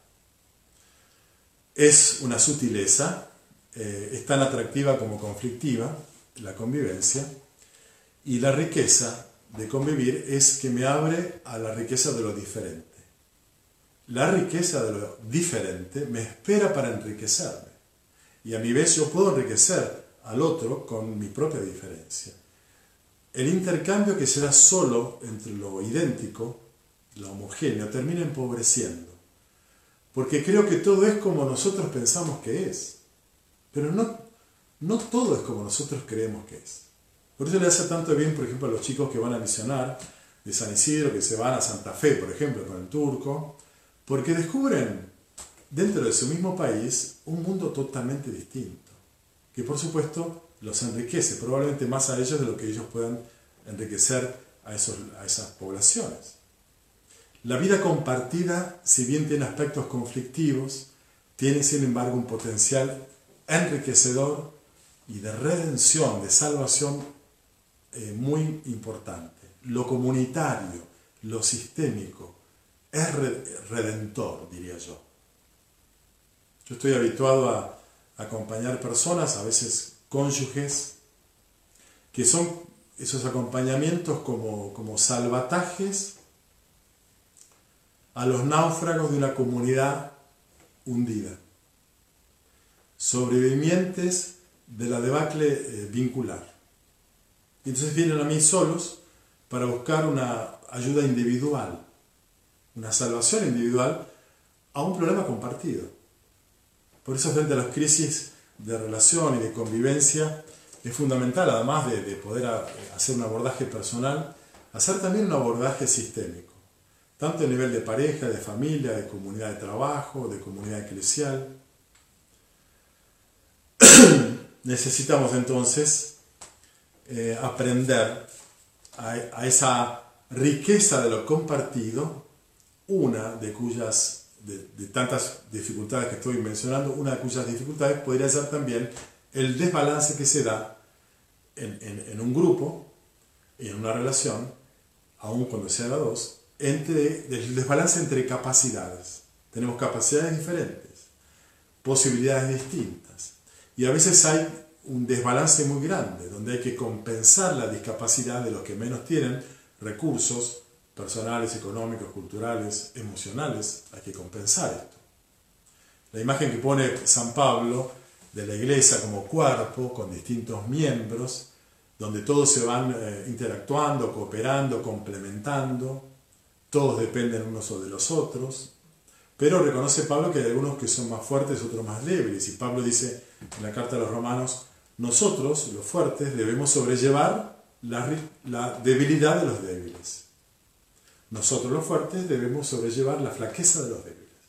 Speaker 1: Es una sutileza, eh, es tan atractiva como conflictiva, la convivencia, y la riqueza de convivir es que me abre a la riqueza de lo diferente. La riqueza de lo diferente me espera para enriquecerme, y a mi vez yo puedo enriquecer al otro con mi propia diferencia. El intercambio que se da solo entre lo idéntico, lo homogéneo, termina empobreciendo. Porque creo que todo es como nosotros pensamos que es. Pero no, no todo es como nosotros creemos que es. Por eso le hace tanto bien, por ejemplo, a los chicos que van a misionar de San Isidro, que se van a Santa Fe, por ejemplo, con el turco, porque descubren dentro de su mismo país un mundo totalmente distinto, que por supuesto los enriquece, probablemente más a ellos de lo que ellos puedan enriquecer a, esos, a esas poblaciones. La vida compartida, si bien tiene aspectos conflictivos, tiene sin embargo un potencial enriquecedor y de redención, de salvación eh, muy importante. Lo comunitario, lo sistémico, es redentor, diría yo. Yo estoy habituado a acompañar personas, a veces cónyuges, que son esos acompañamientos como, como salvatajes a los náufragos de una comunidad hundida, sobrevivientes de la debacle eh, vincular. Y entonces vienen a mí solos para buscar una ayuda individual, una salvación individual a un problema compartido. Por eso frente a las crisis de relación y de convivencia es fundamental, además de, de poder a, hacer un abordaje personal, hacer también un abordaje sistémico, tanto a nivel de pareja, de familia, de comunidad de trabajo, de comunidad eclesial. Necesitamos entonces eh, aprender a, a esa riqueza de lo compartido, una de cuyas De, de tantas dificultades que estoy mencionando, una de cuyas dificultades podría ser también el desbalance que se da en, en, en un grupo, en una relación, aun cuando sea la dos, entre, el desbalance entre capacidades. Tenemos capacidades diferentes, posibilidades distintas, y a veces hay un desbalance muy grande, donde hay que compensar la discapacidad de los que menos tienen recursos personales, económicos, culturales, emocionales. Hay que compensar esto. La imagen que pone San Pablo de la iglesia como cuerpo, con distintos miembros, donde todos se van eh, interactuando, cooperando, complementando, todos dependen unos de los otros, pero reconoce Pablo que hay algunos que son más fuertes, otros más débiles, y Pablo dice en la carta a los romanos, nosotros, los fuertes, debemos sobrellevar la, la debilidad de los débiles. Nosotros los fuertes debemos sobrellevar la flaqueza de los débiles.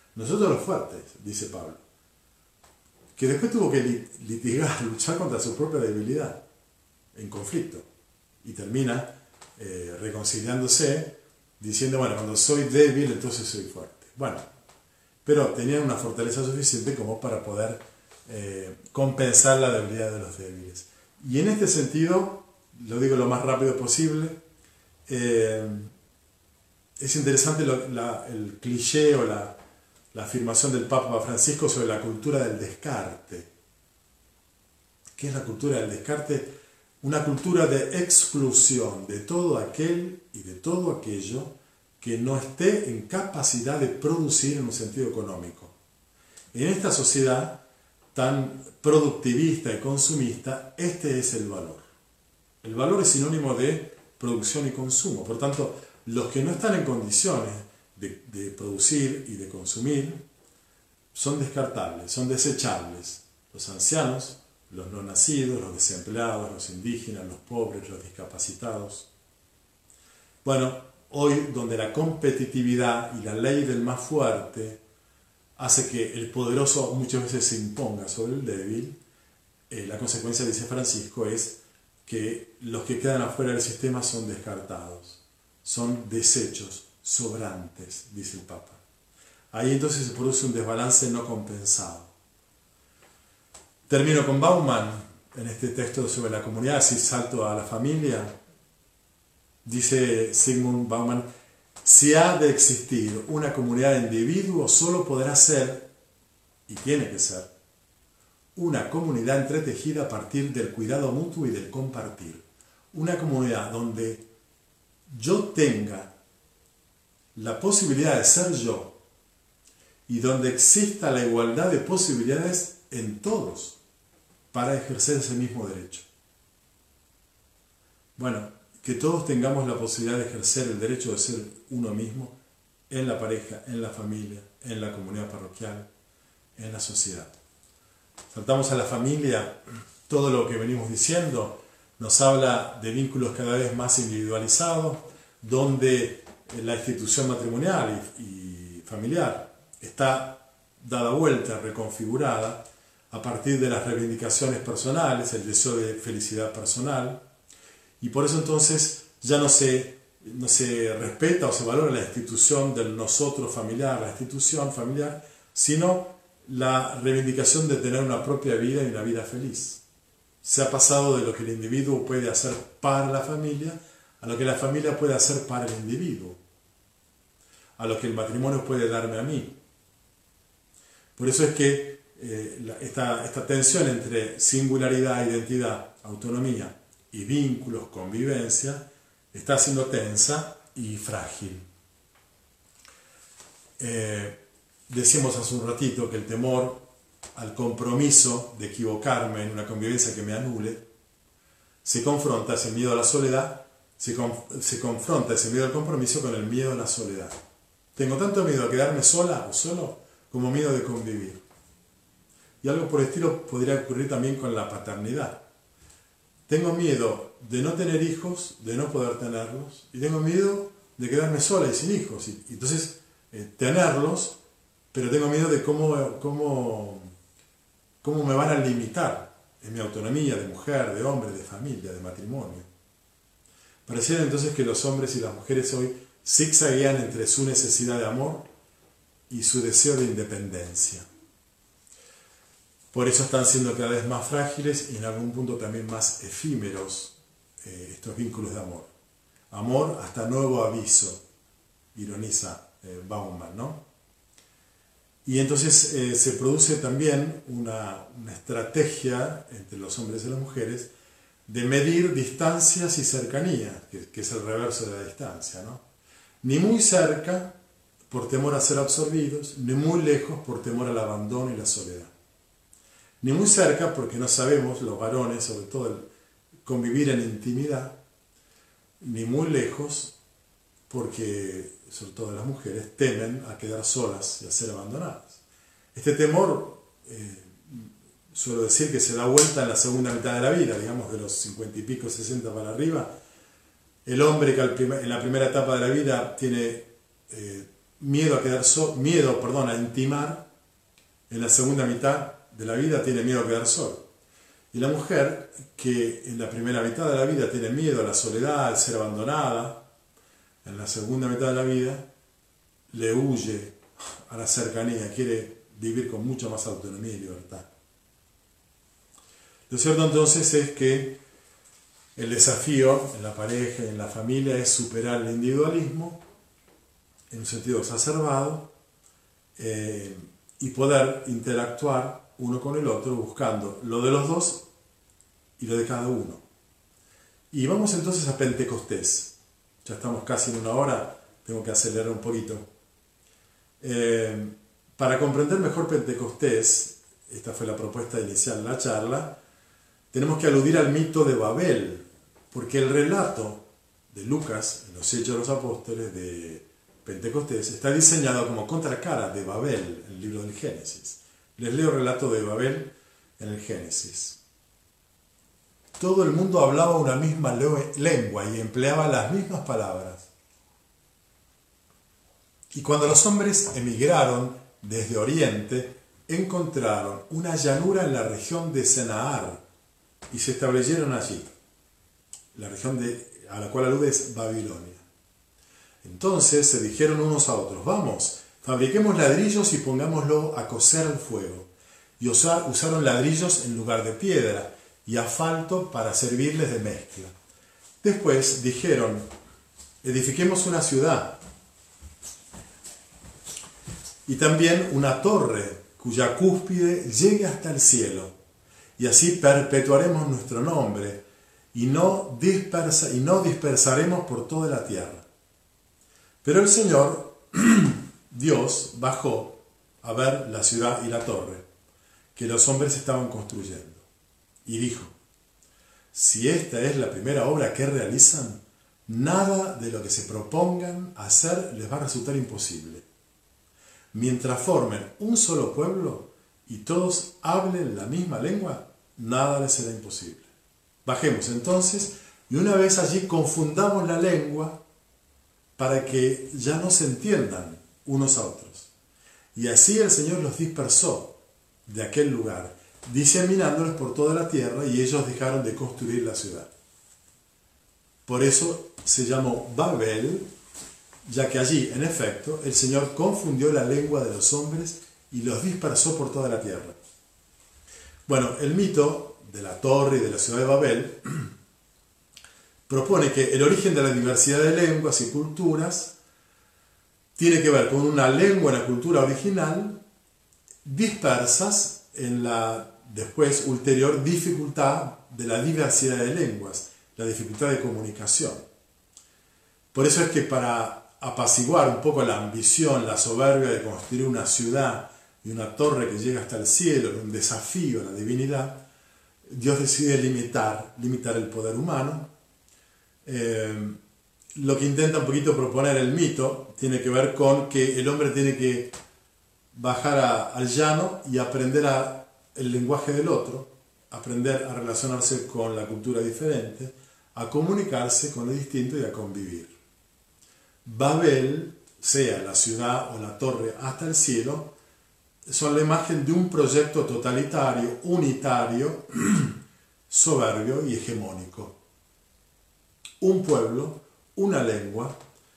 Speaker 1: Nosotros los fuertes, dice Pablo, que después tuvo que litigar, luchar contra su propia debilidad, en conflicto, y termina eh, reconciliándose, diciendo, bueno, cuando soy débil, entonces soy fuerte. Bueno, pero tenían una fortaleza suficiente como para poder eh, compensar la debilidad de los débiles. Y en este sentido, lo digo lo más rápido posible, eh, es interesante lo, la, el cliché o la, la afirmación del Papa Francisco sobre la cultura del descarte. ¿Qué es la cultura del descarte? Una cultura de exclusión de todo aquel y de todo aquello que no esté en capacidad de producir en un sentido económico. En esta sociedad tan productivista y consumista, este es el valor. El valor es sinónimo de producción y consumo. Por tanto, los que no están en condiciones de, de producir y de consumir son descartables, son desechables. Los ancianos, los no nacidos, los desempleados, los indígenas, los pobres, los discapacitados. Bueno, hoy donde la competitividad y la ley del más fuerte hace que el poderoso muchas veces se imponga sobre el débil, eh, la consecuencia, dice Francisco, es que los que quedan afuera del sistema son descartados, son desechos, sobrantes, dice el Papa. Ahí entonces se produce un desbalance no compensado. Termino con Bauman, en este texto sobre la comunidad, así salto a la familia. Dice Zygmunt Bauman, si ha de existir una comunidad de individuos, solo podrá ser, y tiene que ser, una comunidad entretejida a partir del cuidado mutuo y del compartir. Una comunidad donde yo tenga la posibilidad de ser yo y donde exista la igualdad de posibilidades en todos para ejercer ese mismo derecho. Bueno, que todos tengamos la posibilidad de ejercer el derecho de ser uno mismo en la pareja, en la familia, en la comunidad parroquial, en la sociedad. Saltamos a la familia, todo lo que venimos diciendo nos habla de vínculos cada vez más individualizados, donde la institución matrimonial y, y familiar está dada vuelta, reconfigurada, a partir de las reivindicaciones personales, el deseo de felicidad personal, y por eso entonces ya no se, no se respeta o se valora la institución del nosotros familiar, la institución familiar, sino la reivindicación de tener una propia vida y una vida feliz. Se ha pasado de lo que el individuo puede hacer para la familia a lo que la familia puede hacer para el individuo, a lo que el matrimonio puede darme a mí. Por eso es que eh, la, esta, esta tensión entre singularidad, identidad, autonomía y vínculos, convivencia, está siendo tensa y frágil. Eh, decíamos hace un ratito que el temor al compromiso de equivocarme en una convivencia que me anule, se confronta ese miedo a la soledad, se, con, se confronta ese miedo al compromiso con el miedo a la soledad. Tengo tanto miedo a quedarme sola o solo como miedo de convivir. Y algo por el estilo podría ocurrir también con la paternidad. Tengo miedo de no tener hijos, de no poder tenerlos, y tengo miedo de quedarme sola y sin hijos. Y, y entonces, eh, tenerlos, pero tengo miedo de cómo, cómo, cómo me van a limitar en mi autonomía de mujer, de hombre, de familia, de matrimonio. Pareciera entonces que los hombres y las mujeres hoy zigzaguean entre su necesidad de amor y su deseo de independencia. Por eso están siendo cada vez más frágiles y en algún punto también más efímeros eh, estos vínculos de amor. Amor hasta nuevo aviso, ironiza eh, Bauman, ¿no? Y entonces eh, se produce también una, una estrategia entre los hombres y las mujeres de medir distancias y cercanías, que, que es el reverso de la distancia, ¿no? Ni muy cerca por temor a ser absorbidos, ni muy lejos por temor al abandono y la soledad. Ni muy cerca porque no sabemos, los varones, sobre todo el convivir en intimidad, ni muy lejos porque, sobre todo las mujeres, temen a quedar solas y a ser abandonadas. Este temor, eh, suelo decir que se da vuelta en la segunda mitad de la vida, digamos de los cincuenta y pico, sesenta para arriba. El hombre que al prim- en la primera etapa de la vida tiene eh, miedo a quedar so miedo, perdón, a intimar, en la segunda mitad de la vida tiene miedo a quedar solo. Y la mujer, que en la primera mitad de la vida tiene miedo a la soledad, al ser abandonada, en la segunda mitad de la vida le huye a la cercanía, quiere vivir con mucha más autonomía y libertad. Lo cierto entonces es que el desafío en la pareja y en la familia es superar el individualismo en un sentido exacerbado eh, y poder interactuar uno con el otro buscando lo de los dos y lo de cada uno. Y vamos entonces a Pentecostés. Ya estamos casi en una hora, tengo que acelerar un poquito. Eh, para comprender mejor Pentecostés, esta fue la propuesta inicial de la charla, tenemos que aludir al mito de Babel, porque el relato de Lucas, en los Hechos de los Apóstoles, de Pentecostés, está diseñado como contracara de Babel, en el libro del Génesis. Les leo el relato de Babel en el Génesis. Todo el mundo hablaba una misma lengua y empleaba las mismas palabras. Y cuando los hombres emigraron desde Oriente, encontraron una llanura en la región de Senaar y se establecieron allí. La región de, a la cual alude es Babilonia. Entonces se dijeron unos a otros, vamos, fabriquemos ladrillos y pongámoslo a cocer al fuego. Y usaron ladrillos en lugar de piedra y asfalto para servirles de mezcla. Después dijeron, edifiquemos una ciudad y también una torre cuya cúspide llegue hasta el cielo, y así perpetuaremos nuestro nombre y no, dispersa, y no dispersaremos por toda la tierra. Pero el Señor, Dios, bajó a ver la ciudad y la torre que los hombres estaban construyendo y dijo, si esta es la primera obra que realizan, nada de lo que se propongan hacer les va a resultar imposible. Mientras formen un solo pueblo y todos hablen la misma lengua, nada les será imposible. Bajemos entonces y una vez allí confundamos la lengua para que ya no se entiendan unos a otros. Y así el Señor los dispersó de aquel lugar, diseminándolos por toda la tierra, y ellos dejaron de construir la ciudad. Por eso se llamó Babel, ya que allí, en efecto, el Señor confundió la lengua de los hombres y los dispersó por toda la tierra. Bueno, el mito de la torre y de la ciudad de Babel propone que el origen de la diversidad de lenguas y culturas tiene que ver con una lengua y una cultura original dispersas en la después ulterior dificultad de la diversidad de lenguas, la dificultad de comunicación. Por eso es que para apaciguar un poco la ambición, la soberbia de construir una ciudad y una torre que llega hasta el cielo, un desafío a la divinidad, Dios decide limitar, limitar el poder humano. Eh, lo que intenta un poquito proponer el mito tiene que ver con que el hombre tiene que bajar a, al llano y aprender a, el lenguaje del otro, aprender a relacionarse con la cultura diferente, a comunicarse con lo distinto y a convivir. Babel, sea la ciudad o la torre hasta el cielo, son la imagen de un proyecto totalitario, unitario, soberbio y hegemónico. Un pueblo, una lengua,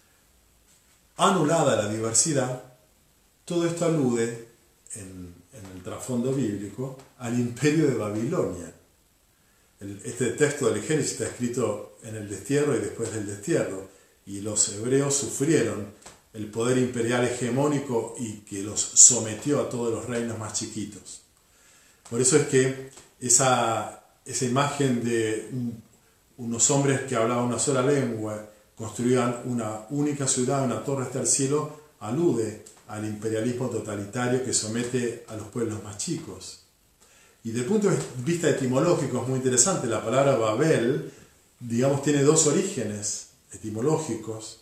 Speaker 1: anulada la diversidad, todo esto alude en, en el trasfondo bíblico al imperio de Babilonia. El, este texto del Génesis está escrito en el destierro y después del destierro, y los hebreos sufrieron el poder imperial hegemónico y que los sometió a todos los reinos más chiquitos. Por eso es que esa, esa imagen de un, unos hombres que hablaban una sola lengua, construían una única ciudad, una torre hasta el cielo, alude al imperialismo totalitario que somete a los pueblos más chicos. Y desde el punto de vista etimológico es muy interesante. La palabra Babel, digamos, tiene dos orígenes etimológicos.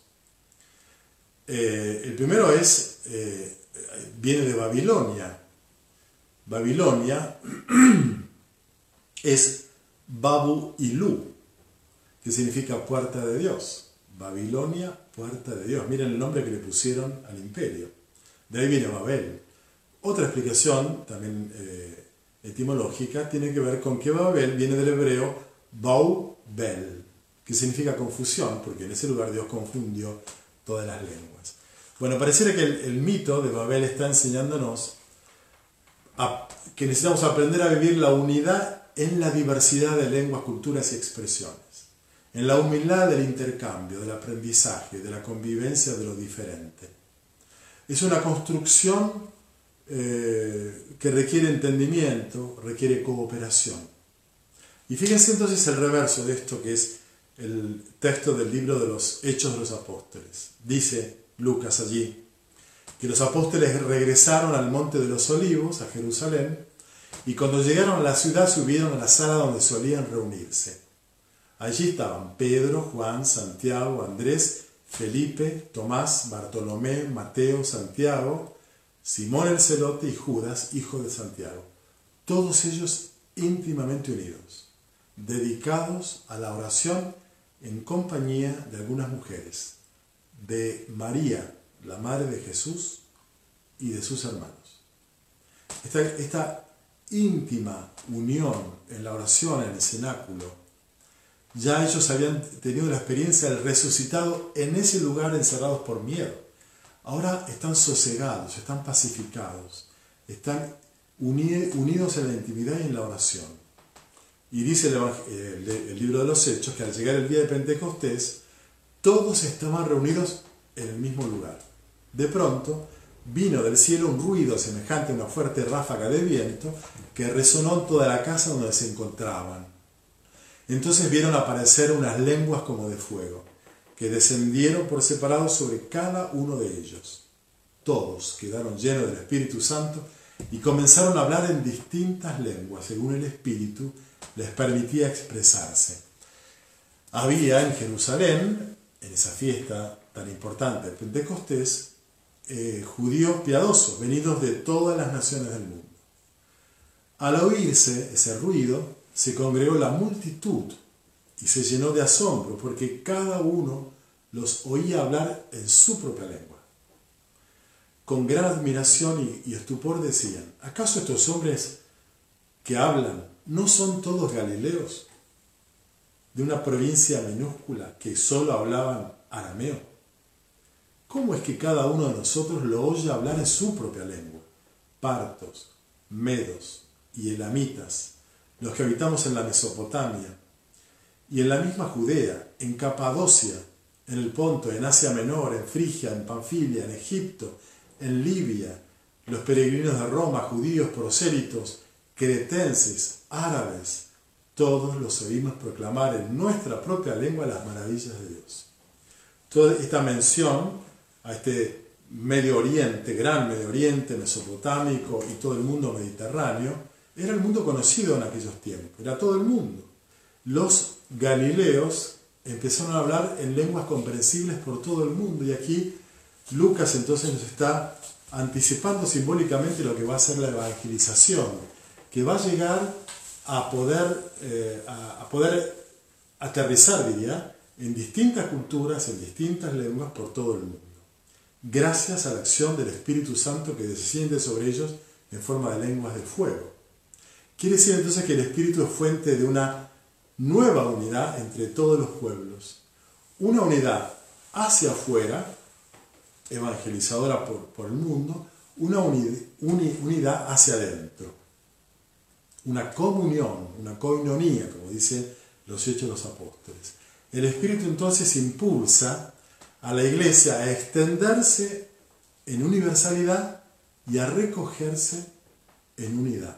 Speaker 1: Eh, el primero es, eh, viene de Babilonia. Babilonia es Babu Ilu, que significa puerta de Dios. Babilonia puerta de Dios. Miren el nombre que le pusieron al imperio. De ahí viene Babel. Otra explicación, también eh, etimológica, tiene que ver con que Babel viene del hebreo Bau-Bel, que significa confusión, porque en ese lugar Dios confundió todas las lenguas. Bueno, pareciera que el, el mito de Babel está enseñándonos a, que necesitamos aprender a vivir la unidad en la diversidad de lenguas, culturas y expresiones, en la humildad del intercambio, del aprendizaje, de la convivencia de lo diferente. Es una construcción eh, que requiere entendimiento, requiere cooperación. Y fíjense entonces el reverso de esto, que es el texto del libro de los Hechos de los Apóstoles. Dice Lucas allí que los apóstoles regresaron al Monte de los Olivos, a Jerusalén, y cuando llegaron a la ciudad subieron a la sala donde solían reunirse. Allí estaban Pedro, Juan, Santiago, Andrés, Felipe, Tomás, Bartolomé, Mateo, Santiago, Simón el Celote y Judas, hijo de Santiago. Todos ellos íntimamente unidos, dedicados a la oración en compañía de algunas mujeres, de María, la madre de Jesús, y de sus hermanos. Esta, esta íntima unión en la oración, en el cenáculo, ya ellos habían tenido la experiencia del resucitado en ese lugar encerrados por miedo. Ahora están sosegados, están pacificados, están unidos en la intimidad y en la oración. Y dice el, el, el libro de los Hechos que al llegar el día de Pentecostés, todos estaban reunidos en el mismo lugar. De pronto, vino del cielo un ruido semejante a una fuerte ráfaga de viento que resonó en toda la casa donde se encontraban. Entonces vieron aparecer unas lenguas como de fuego, que descendieron por separado sobre cada uno de ellos. Todos quedaron llenos del Espíritu Santo y comenzaron a hablar en distintas lenguas, según el Espíritu les permitía expresarse. Había en Jerusalén, en esa fiesta tan importante de Pentecostés, eh, judíos piadosos, venidos de todas las naciones del mundo. Al oírse ese ruido, se congregó la multitud y se llenó de asombro, porque cada uno los oía hablar en su propia lengua. Con gran admiración y, y estupor decían: ¿acaso estos hombres que hablan no son todos galileos, de una provincia minúscula que solo hablaban arameo? ¿Cómo es que cada uno de nosotros lo oye hablar en su propia lengua? Partos, medos y elamitas, los que habitamos en la Mesopotamia, y en la misma Judea, en Capadocia, en el Ponto, en Asia Menor, en Frigia, en Panfilia, en Egipto, en Libia, los peregrinos de Roma, judíos, prosélitos, cretenses, árabes, todos los oímos proclamar en nuestra propia lengua las maravillas de Dios. Toda esta mención a este Medio Oriente, gran Medio Oriente, mesopotámico y todo el mundo mediterráneo, era el mundo conocido en aquellos tiempos, era todo el mundo. Los galileos empezaron a hablar en lenguas comprensibles por todo el mundo, y aquí Lucas entonces nos está anticipando simbólicamente lo que va a ser la evangelización, que va a llegar a poder, eh, a, a poder aterrizar, diría, en distintas culturas, en distintas lenguas por todo el mundo, gracias a la acción del Espíritu Santo que desciende sobre ellos en forma de lenguas de fuego. Quiere decir entonces que el Espíritu es fuente de una nueva unidad entre todos los pueblos, una unidad hacia afuera, evangelizadora por, por el mundo, una uni, uni, unidad hacia adentro, una comunión, una koinonía, como dicen los Hechos de los Apóstoles. El Espíritu entonces impulsa a la Iglesia a extenderse en universalidad y a recogerse en unidad.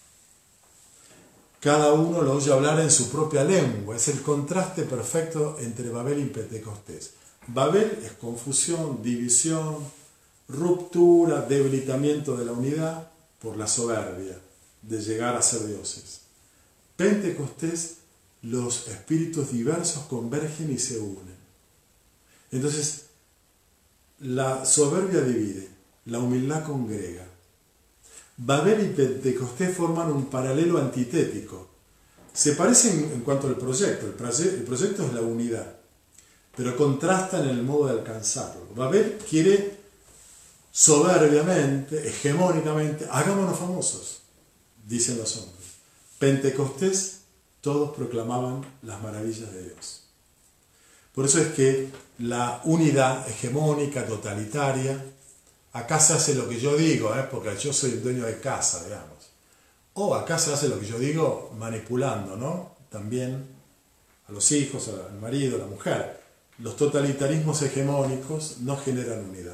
Speaker 1: Cada uno lo oye hablar en su propia lengua. Es el contraste perfecto entre Babel y Pentecostés. Babel es confusión, división, ruptura, debilitamiento de la unidad por la soberbia de llegar a ser dioses. Pentecostés, los espíritus diversos convergen y se unen. Entonces, la soberbia divide, la humildad congrega. Babel y Pentecostés forman un paralelo antitético. Se parecen en cuanto al proyecto. El proyecto es la unidad. pero contrastan en el modo de alcanzarlo. Babel quiere soberbiamente, hegemónicamente, hagámonos famosos, dicen los hombres. Pentecostés, todos proclamaban las maravillas de Dios. Por eso es que la unidad hegemónica, totalitaria, acá se hace lo que yo digo, ¿eh? Porque yo soy el dueño de casa, digamos. O acá se hace lo que yo digo manipulando, ¿no? También a los hijos, al marido, a la mujer. Los totalitarismos hegemónicos no generan unidad.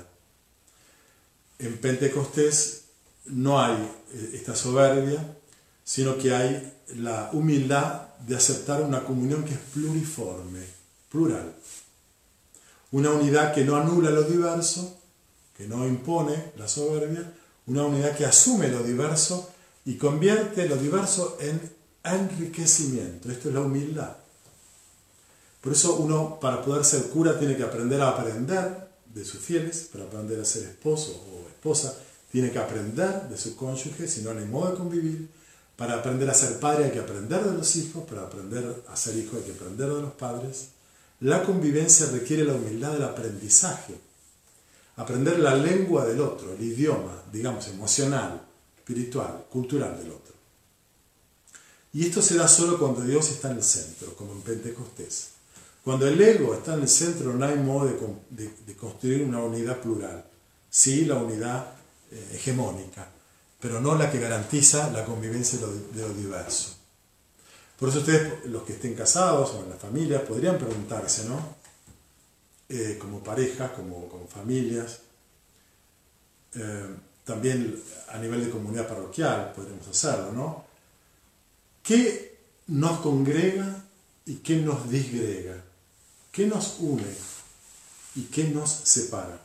Speaker 1: En Pentecostés no hay esta soberbia, sino que hay la humildad de aceptar una comunión que es pluriforme, plural. Una unidad que no anula lo diverso, que no impone la soberbia, una unidad que asume lo diverso y convierte lo diverso en enriquecimiento. Esto es la humildad. Por eso uno, para poder ser cura, tiene que aprender a aprender de sus fieles, para aprender a ser esposo o esposa, tiene que aprender de su cónyuge, si no, no hay modo de convivir. Para aprender a ser padre hay que aprender de los hijos, para aprender a ser hijo hay que aprender de los padres. La convivencia requiere la humildad del aprendizaje. Aprender la lengua del otro, el idioma, digamos, emocional, espiritual, cultural del otro. Y esto se da solo cuando Dios está en el centro, como en Pentecostés. Cuando el ego está en el centro no hay modo de, de, de construir una unidad plural. Sí, la unidad eh, hegemónica, pero no la que garantiza la convivencia de lo, de lo diverso. Por eso ustedes, los que estén casados o en las familias, podrían preguntarse, ¿no? Eh, como parejas, como, como familias, eh, también a nivel de comunidad parroquial podríamos hacerlo, ¿no? ¿Qué nos congrega y qué nos disgrega? ¿Qué nos une y qué nos separa?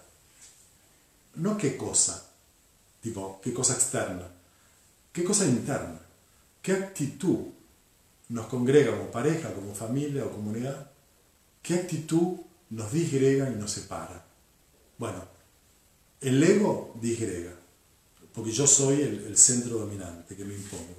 Speaker 1: No qué cosa, tipo, qué cosa externa, qué cosa interna, qué actitud nos congrega como pareja, como familia o comunidad, qué actitud nos disgrega y nos separa. Bueno, el ego disgrega, porque yo soy el, el centro dominante que me impongo.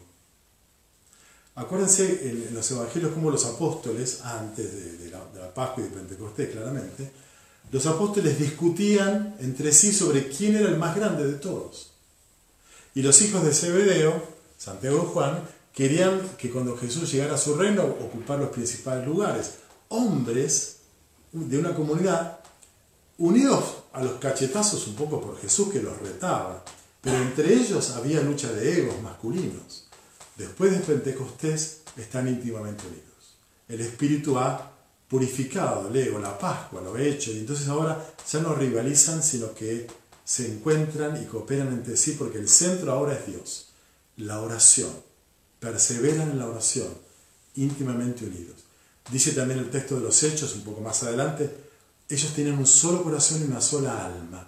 Speaker 1: Acuérdense en, en los evangelios como los apóstoles, antes de, de, la, de la Pascua y de Pentecostés claramente, los apóstoles discutían entre sí sobre quién era el más grande de todos. Y los hijos de Zebedeo, Santiago y Juan, querían que cuando Jesús llegara a su reino ocupar los principales lugares. Hombres de una comunidad unidos a los cachetazos un poco por Jesús que los retaba, pero entre ellos había lucha de egos masculinos. Después de Pentecostés están íntimamente unidos. El Espíritu ha purificado el ego, la Pascua lo ha hecho, y entonces ahora ya no rivalizan, sino que se encuentran y cooperan entre sí, porque el centro ahora es Dios. La oración. Perseveran en la oración, íntimamente unidos. Dice también el texto de los Hechos, un poco más adelante, ellos tenían un solo corazón y una sola alma.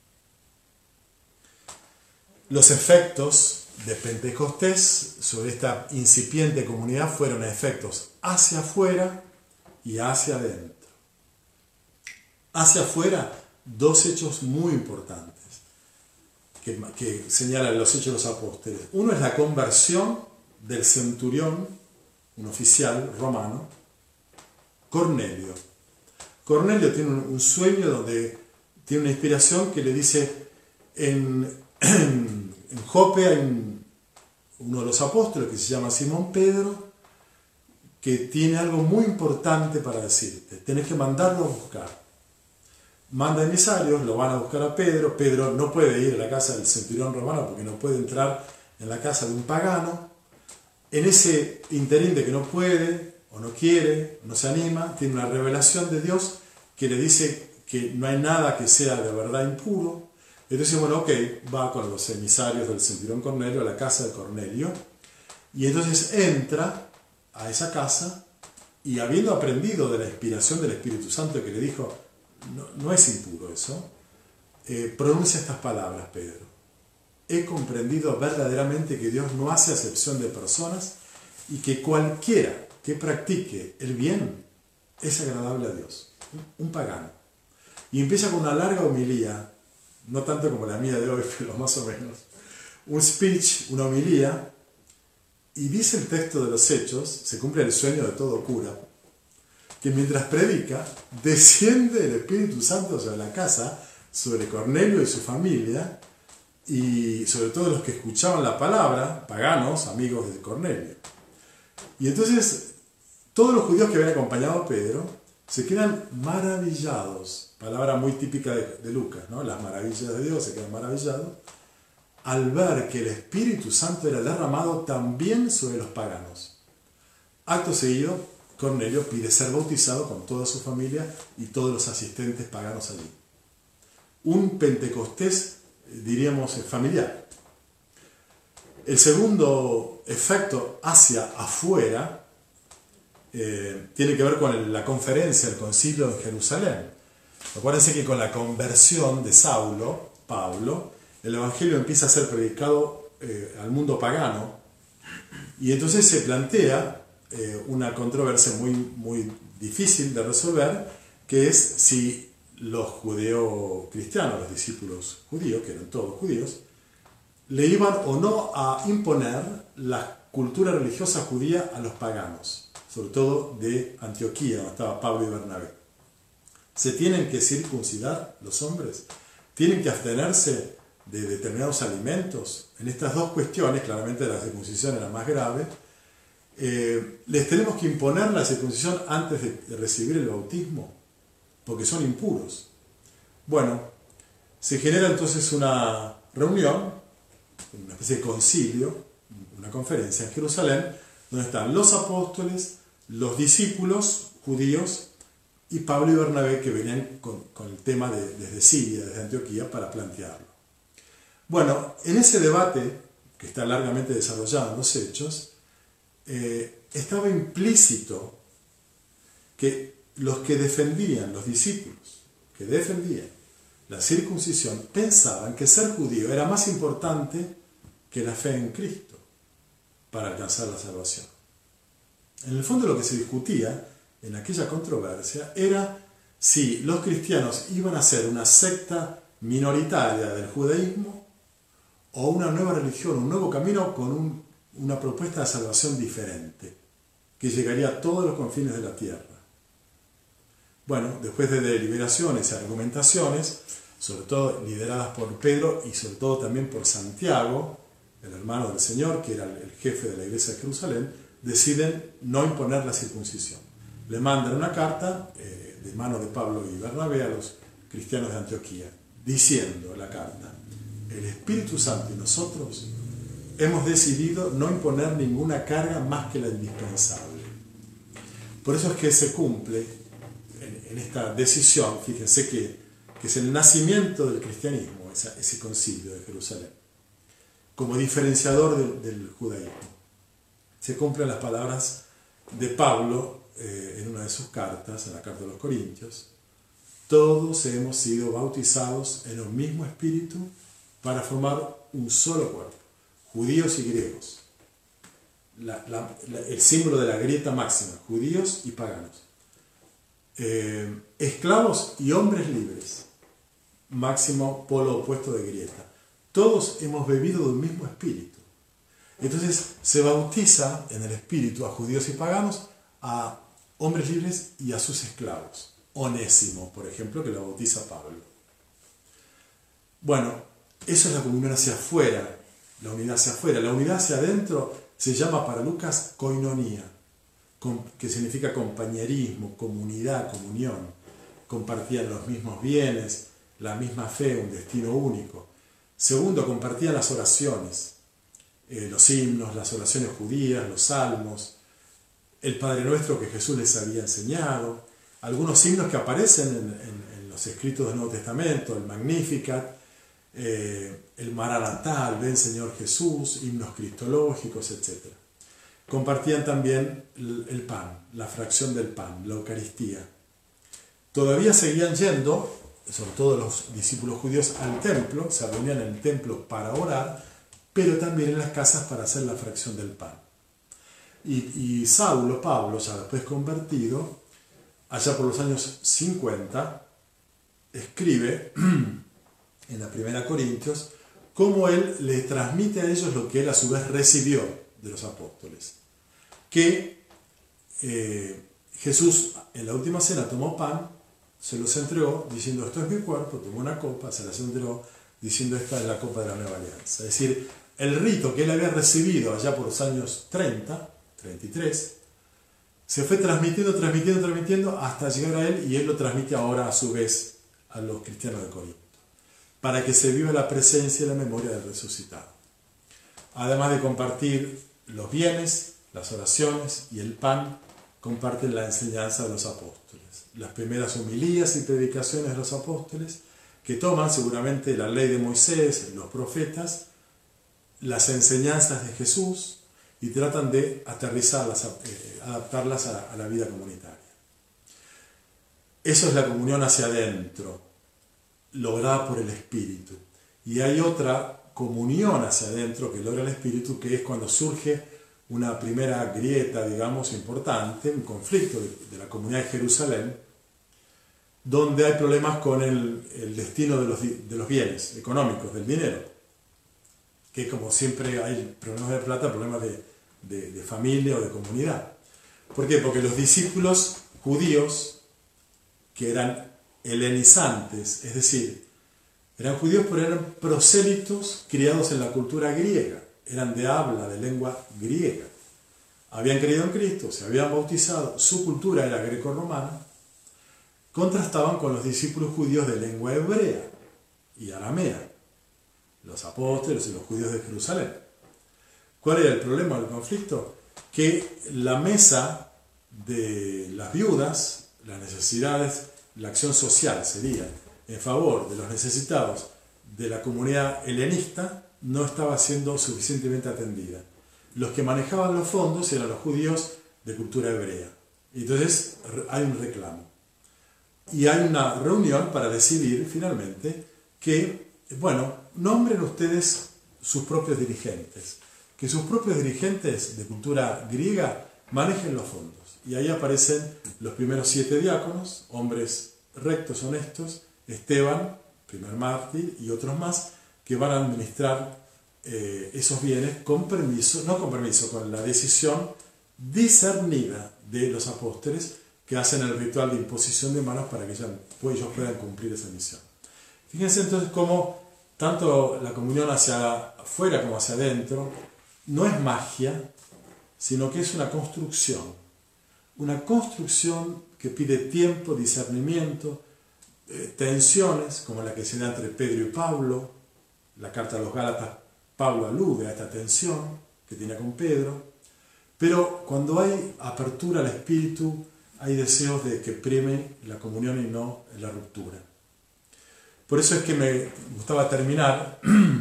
Speaker 1: Los efectos de Pentecostés sobre esta incipiente comunidad fueron efectos hacia afuera y hacia adentro. Hacia afuera, dos hechos muy importantes que, que señalan los hechos de los apóstoles. Uno es la conversión del centurión, un oficial romano, Cornelio. Cornelio tiene un, un sueño donde tiene una inspiración que le dice, en, en, en Jope hay un, uno de los apóstoles que se llama Simón Pedro, que tiene algo muy importante para decirte. Tenés que mandarlo a buscar. Manda emisarios, lo van a buscar a Pedro. Pedro no puede ir a la casa del centurión romano porque no puede entrar en la casa de un pagano. En ese interín de que no puede, o no quiere, no se anima, tiene una revelación de Dios que le dice que no hay nada que sea de verdad impuro. Entonces, bueno, ok, va con los emisarios del centurión Cornelio a la casa de Cornelio, y entonces entra a esa casa, y habiendo aprendido de la inspiración del Espíritu Santo que le dijo, no, no es impuro eso, eh, pronuncia estas palabras, Pedro. He comprendido verdaderamente que Dios no hace acepción de personas y que cualquiera que practique el bien es agradable a Dios. Un pagano. Y empieza con una larga homilía, no tanto como la mía de hoy, pero más o menos. Un speech, una homilía, y dice el texto de los Hechos, se cumple el sueño de todo cura, que mientras predica, desciende el Espíritu Santo sobre la casa, sobre Cornelio y su familia, y sobre todo los que escuchaban la palabra, paganos, amigos de Cornelio. Y entonces, todos los judíos que habían acompañado a Pedro se quedan maravillados, palabra muy típica de, de Lucas, ¿no? Las maravillas de Dios, se quedan maravillados, al ver que el Espíritu Santo era derramado también sobre los paganos. Acto seguido, Cornelio pide ser bautizado con toda su familia y todos los asistentes paganos allí. Un Pentecostés, diríamos, familiar. El segundo efecto hacia afuera eh, tiene que ver con el, la conferencia, el concilio en Jerusalén. Acuérdense que con la conversión de Saulo, Pablo, el Evangelio empieza a ser predicado eh, al mundo pagano, y entonces se plantea eh, una controversia muy, muy difícil de resolver, que es si los judeo-cristianos, los discípulos judíos, que eran todos judíos, le iban o no a imponer la cultura religiosa judía a los paganos, sobre todo de Antioquía, donde estaba Pablo y Bernabé. ¿Se tienen que circuncidar los hombres? ¿Tienen que abstenerse de determinados alimentos? En estas dos cuestiones, claramente la circuncisión era más grave, eh, ¿les tenemos que imponer la circuncisión antes de, de recibir el bautismo? Porque son impuros. Bueno, se genera entonces una reunión, una especie de concilio, una conferencia en Jerusalén, donde están los apóstoles, los discípulos judíos y Pablo y Bernabé, que venían con, con el tema de, desde Siria, desde Antioquía, para plantearlo. Bueno, en ese debate, que está largamente desarrollado en los Hechos, eh, estaba implícito que los que defendían, los discípulos, que defendían la circuncisión, pensaban que ser judío era más importante que la fe en Cristo para alcanzar la salvación. En el fondo lo que se discutía en aquella controversia era si los cristianos iban a ser una secta minoritaria del judaísmo o una nueva religión, un nuevo camino con un, una propuesta de salvación diferente, que llegaría a todos los confines de la tierra. Bueno, después de deliberaciones y argumentaciones, sobre todo lideradas por Pedro y sobre todo también por Santiago, el hermano del Señor, que era el jefe de la iglesia de Jerusalén, deciden no imponer la circuncisión. Le mandan una carta eh, de mano de Pablo y Bernabé a los cristianos de Antioquía, diciendo la carta: el Espíritu Santo y nosotros hemos decidido no imponer ninguna carga más que la indispensable. Por eso es que se cumple en, en esta decisión, fíjense que, que es el nacimiento del cristianismo, esa, ese concilio de Jerusalén, como diferenciador del, del judaísmo. Se cumplen las palabras de Pablo eh, en una de sus cartas, en la carta de los Corintios: todos hemos sido bautizados en un mismo espíritu para formar un solo cuerpo, judíos y griegos. La, la, la, el símbolo de la grieta máxima, judíos y paganos. Eh, esclavos y hombres libres, máximo polo opuesto de grieta. Todos hemos bebido de un mismo espíritu. Entonces se bautiza en el espíritu a judíos y paganos, a hombres libres y a sus esclavos. Onésimo, por ejemplo, que lo bautiza Pablo. Bueno, eso es la comunión hacia afuera, la unidad hacia afuera. La unidad hacia adentro se llama para Lucas koinonía, que significa compañerismo, comunidad, comunión. Compartían los mismos bienes, la misma fe, un destino único. Segundo, compartían las oraciones, eh, los himnos, las oraciones judías, los salmos, el Padre Nuestro que Jesús les había enseñado, algunos himnos que aparecen en, en, en los escritos del Nuevo Testamento, el Magnificat, eh, el Maranatá, el Ven Señor Jesús, himnos cristológicos, etcétera. Compartían también el, el pan, la fracción del pan, la Eucaristía. Todavía seguían yendo, sobre todo los discípulos judíos, al templo, se reunían en el templo para orar, pero también en las casas para hacer la fracción del pan. Y, y Saulo, Pablo, ya después convertido, allá por los años cincuenta, escribe en la primera Corintios cómo él le transmite a ellos lo que él a su vez recibió de los apóstoles. Que eh, Jesús en la última cena tomó pan, se los entregó diciendo esto es mi cuerpo, tomó una copa, se las entregó diciendo esta es la copa de la nueva alianza. Es decir, el rito que él había recibido allá por los años treinta, treinta y tres, se fue transmitiendo, transmitiendo, transmitiendo hasta llegar a él y él lo transmite ahora a su vez a los cristianos de Corinto, para que se viva la presencia y la memoria del resucitado. Además de compartir los bienes, las oraciones y el pan, comparten la enseñanza de los apóstoles. Las primeras homilías y predicaciones de los apóstoles, que toman seguramente la ley de Moisés, los profetas, las enseñanzas de Jesús y tratan de aterrizarlas, eh, adaptarlas a, a la vida comunitaria. Eso es la comunión hacia adentro, lograda por el Espíritu. Y hay otra comunión hacia adentro que logra el Espíritu, que es cuando surge una primera grieta, digamos, importante, un conflicto de, de la comunidad de Jerusalén, donde hay problemas con el, el destino de los, de los bienes económicos, del dinero, que como siempre hay problemas de plata, problemas de, de, de familia o de comunidad. ¿Por qué? Porque los discípulos judíos, que eran helenizantes, es decir, eran judíos pero eran prosélitos criados en la cultura griega, eran de habla, de lengua griega. Habían creído en Cristo, se habían bautizado, su cultura era greco-romana, contrastaban con los discípulos judíos de lengua hebrea y aramea, los apóstoles y los judíos de Jerusalén. ¿Cuál era el problema del conflicto? Que la mesa de las viudas, las necesidades, la acción social sería en favor de los necesitados de la comunidad helenista, no estaba siendo suficientemente atendida. Los que manejaban los fondos eran los judíos de cultura hebrea. Entonces hay un reclamo. Y hay una reunión para decidir finalmente que, bueno, nombren ustedes sus propios dirigentes. Que sus propios dirigentes de cultura griega manejen los fondos. Y ahí aparecen los primeros siete diáconos, hombres rectos, honestos, Esteban, primer mártir, y otros más, que van a administrar eh, esos bienes con permiso, no con permiso, con la decisión discernida de los apóstoles que hacen el ritual de imposición de manos para que ellos puedan cumplir esa misión. Fíjense entonces cómo tanto la comunión hacia afuera como hacia adentro no es magia, sino que es una construcción. Una construcción que pide tiempo, discernimiento, eh, tensiones, como la que se da entre Pedro y Pablo. La carta a los Gálatas, Pablo alude a esta tensión que tiene con Pedro. Pero cuando hay apertura al Espíritu, hay deseos de que prime la comunión y no la ruptura. Por eso es que me gustaba terminar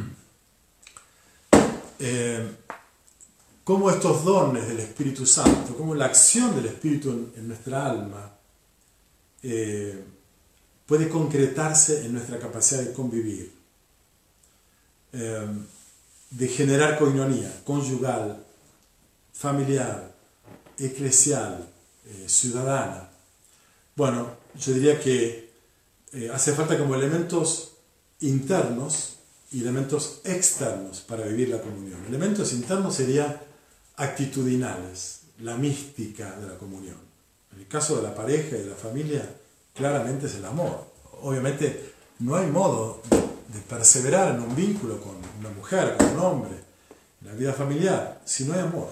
Speaker 1: eh, cómo estos dones del Espíritu Santo, cómo la acción del Espíritu en, en nuestra alma eh, puede concretarse en nuestra capacidad de convivir, eh, de generar coinonía conyugal, familiar, eclesial, eh, ciudadana. Bueno, yo diría que eh, hace falta como elementos internos y elementos externos para vivir la comunión. Elementos internos serían actitudinales, la mística de la comunión. En el caso de la pareja y de la familia, claramente es el amor. Obviamente no hay modo de perseverar en un vínculo con una mujer, con un hombre, en la vida familiar, si no hay amor.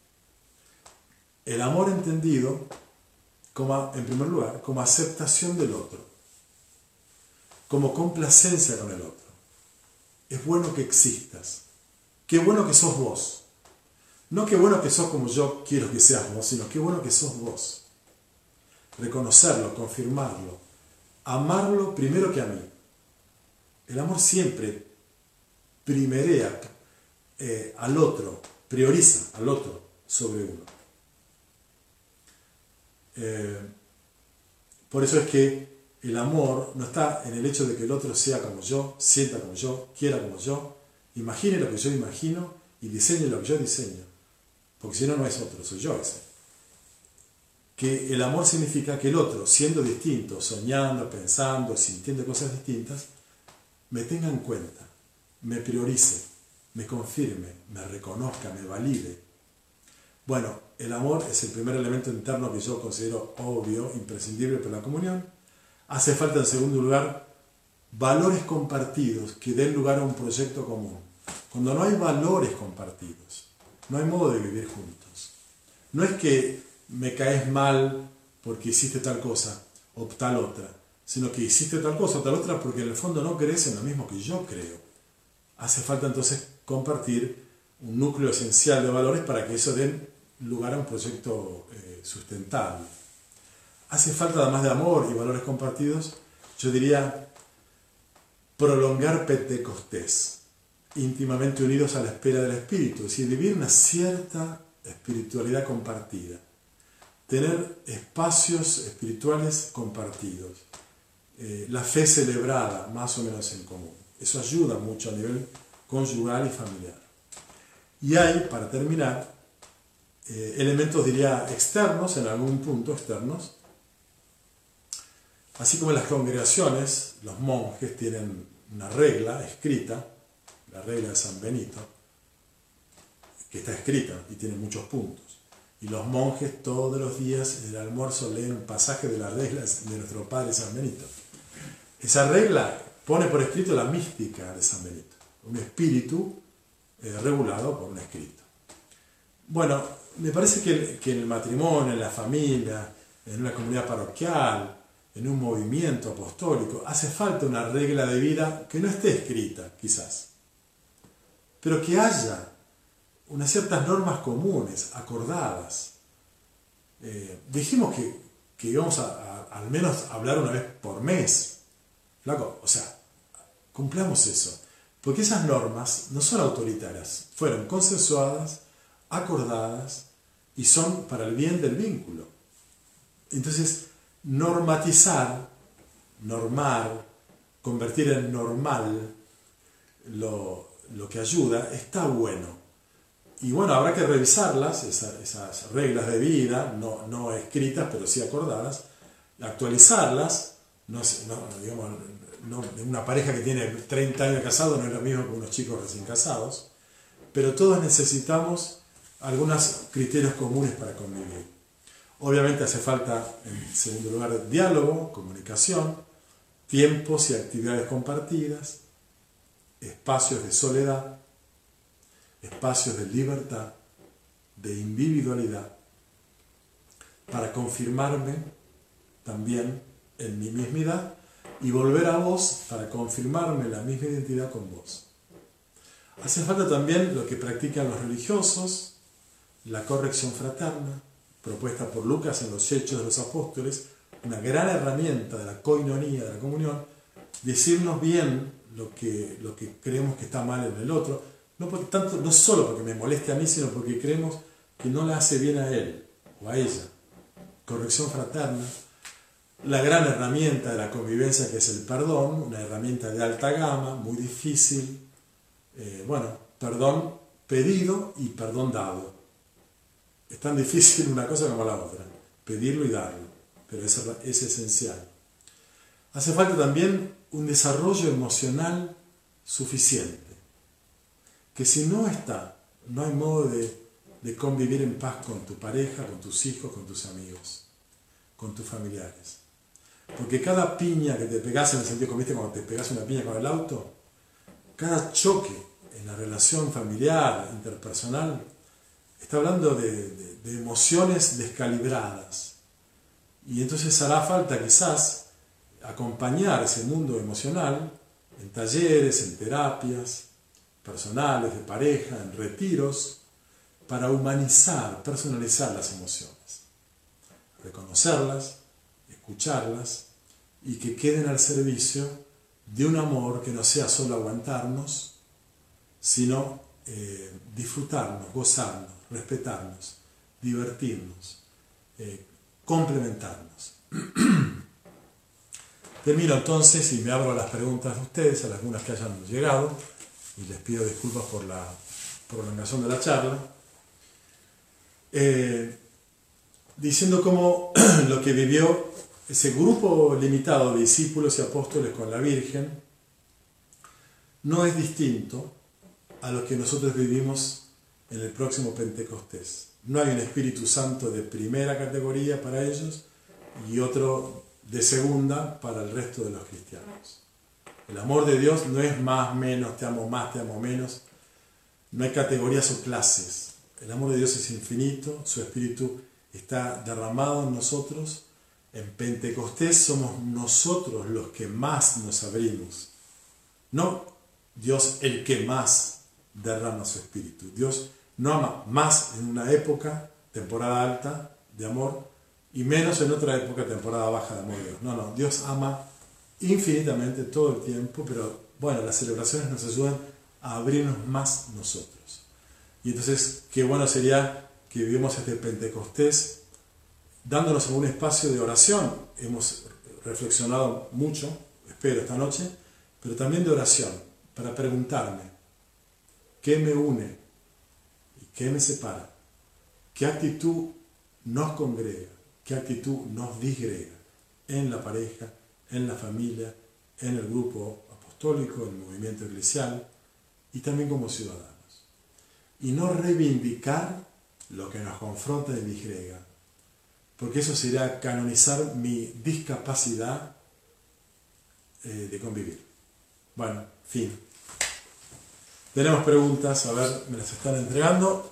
Speaker 1: El amor entendido, como, en primer lugar, como aceptación del otro, como complacencia con el otro. Es bueno que existas. Qué bueno que sos vos. No qué bueno que sos como yo quiero que seas vos, sino qué bueno que sos vos. Reconocerlo, confirmarlo, amarlo primero que a mí. El amor siempre primerea eh, al otro, prioriza al otro sobre uno. Eh, por eso es que el amor no está en el hecho de que el otro sea como yo, sienta como yo, quiera como yo, imagine lo que yo imagino y diseñe lo que yo diseño. Porque si no, no es otro, soy yo ese. Que el amor significa que el otro, siendo distinto, soñando, pensando, sintiendo cosas distintas, me tenga en cuenta, me priorice, me confirme, me reconozca, me valide. Bueno, el amor es el primer elemento interno que yo considero obvio, imprescindible para la comunión. Hace falta, en segundo lugar, valores compartidos que den lugar a un proyecto común. Cuando no hay valores compartidos, no hay modo de vivir juntos. No es que me caes mal porque hiciste tal cosa o tal otra, sino que hiciste tal cosa o tal otra porque en el fondo no crees en lo mismo que yo creo. Hace falta entonces compartir un núcleo esencial de valores para que eso dé lugar a un proyecto eh, sustentable. Hace falta, además de amor y valores compartidos, yo diría prolongar Pentecostés, íntimamente unidos a la espera del Espíritu, es decir, vivir una cierta espiritualidad compartida, tener espacios espirituales compartidos, eh, la fe celebrada más o menos en común. Eso ayuda mucho a nivel conyugal y familiar. Y hay, para terminar, eh, elementos, diría, externos, en algún punto externos, así como en las congregaciones, los monjes tienen una regla escrita, la regla de San Benito, que está escrita y tiene muchos puntos. Y los monjes todos los días en el almuerzo leen un pasaje de las reglas de nuestro Padre San Benito. Esa regla pone por escrito la mística de San Benito, un espíritu eh, regulado por un escrito. Bueno, me parece que, que en el matrimonio, en la familia, en una comunidad parroquial, en un movimiento apostólico, hace falta una regla de vida que no esté escrita, quizás, pero que haya unas ciertas normas comunes, acordadas. Eh, dijimos que, que íbamos a, a al menos hablar una vez por mes. Flaco, o sea, cumplamos eso. Porque esas normas no son autoritarias, fueron consensuadas, acordadas y son para el bien del vínculo. Entonces, normatizar, normar, convertir en normal lo, lo que ayuda, está bueno. Y bueno, habrá que revisarlas, esas, esas reglas de vida, no, no escritas, pero sí acordadas, actualizarlas. No, no, digamos, no, una pareja que tiene treinta años de casado no es lo mismo que unos chicos recién casados, pero todos necesitamos algunos criterios comunes para convivir. Obviamente hace falta, en segundo lugar, diálogo, comunicación, tiempos y actividades compartidas, espacios de soledad, espacios de libertad, de individualidad, para confirmarme también en mi mismidad y volver a vos para confirmarme la misma identidad con vos. Hace falta también lo que practican los religiosos, la corrección fraterna, propuesta por Lucas en los Hechos de los Apóstoles, una gran herramienta de la koinonía, de la comunión, decirnos bien lo que, lo que creemos que está mal en el otro, no, porque tanto, no solo porque me moleste a mí, sino porque creemos que no le hace bien a él o a ella. Corrección fraterna, la gran herramienta de la convivencia que es el perdón, una herramienta de alta gama, muy difícil, eh, bueno, perdón pedido y perdón dado. Es tan difícil una cosa como la otra, pedirlo y darlo, pero es, es esencial. Hace falta también un desarrollo emocional suficiente, que si no está, no hay modo de, de convivir en paz con tu pareja, con tus hijos, con tus amigos, con tus familiares. Porque cada piña que te pegas, en el sentido, ¿viste cuando te pegas una piña con el auto? Cada choque en la relación familiar, interpersonal, está hablando de, de, de emociones descalibradas. Y entonces hará falta quizás acompañar ese mundo emocional en talleres, en terapias personales, de pareja, en retiros, para humanizar, personalizar las emociones, reconocerlas, escucharlas y que queden al servicio de un amor que no sea solo aguantarnos, sino eh, disfrutarnos, gozarnos, respetarnos, divertirnos, eh, complementarnos. Termino entonces y me abro a las preguntas de ustedes, a algunas que hayan llegado, y les pido disculpas por la prolongación de la charla, eh, diciendo cómo lo que vivió ese grupo limitado de discípulos y apóstoles con la Virgen no es distinto a lo que nosotros vivimos en el próximo Pentecostés. No hay un Espíritu Santo de primera categoría para ellos y otro de segunda para el resto de los cristianos. El amor de Dios no es más, menos, te amo más, te amo menos. No hay categorías o clases. El amor de Dios es infinito, su Espíritu está derramado en nosotros. En Pentecostés somos nosotros los que más nos abrimos. No Dios el que más derrama su Espíritu. Dios no ama más en una época, temporada alta de amor, y menos en otra época, temporada baja de amor de Dios. No, no, Dios ama infinitamente todo el tiempo, pero bueno, las celebraciones nos ayudan a abrirnos más nosotros. Y entonces, qué bueno sería que vivimos este Pentecostés dándonos un espacio de oración. Hemos reflexionado mucho, espero, esta noche, pero también de oración, para preguntarme, ¿qué me une y qué me separa? ¿Qué actitud nos congrega? ¿Qué actitud nos disgrega? En la pareja, en la familia, en el grupo apostólico, en el movimiento eclesial y también como ciudadanos. Y no reivindicar lo que nos confronta y disgrega, porque eso sería canonizar mi discapacidad eh, de convivir. Bueno, fin. Tenemos preguntas, a ver, me las están entregando.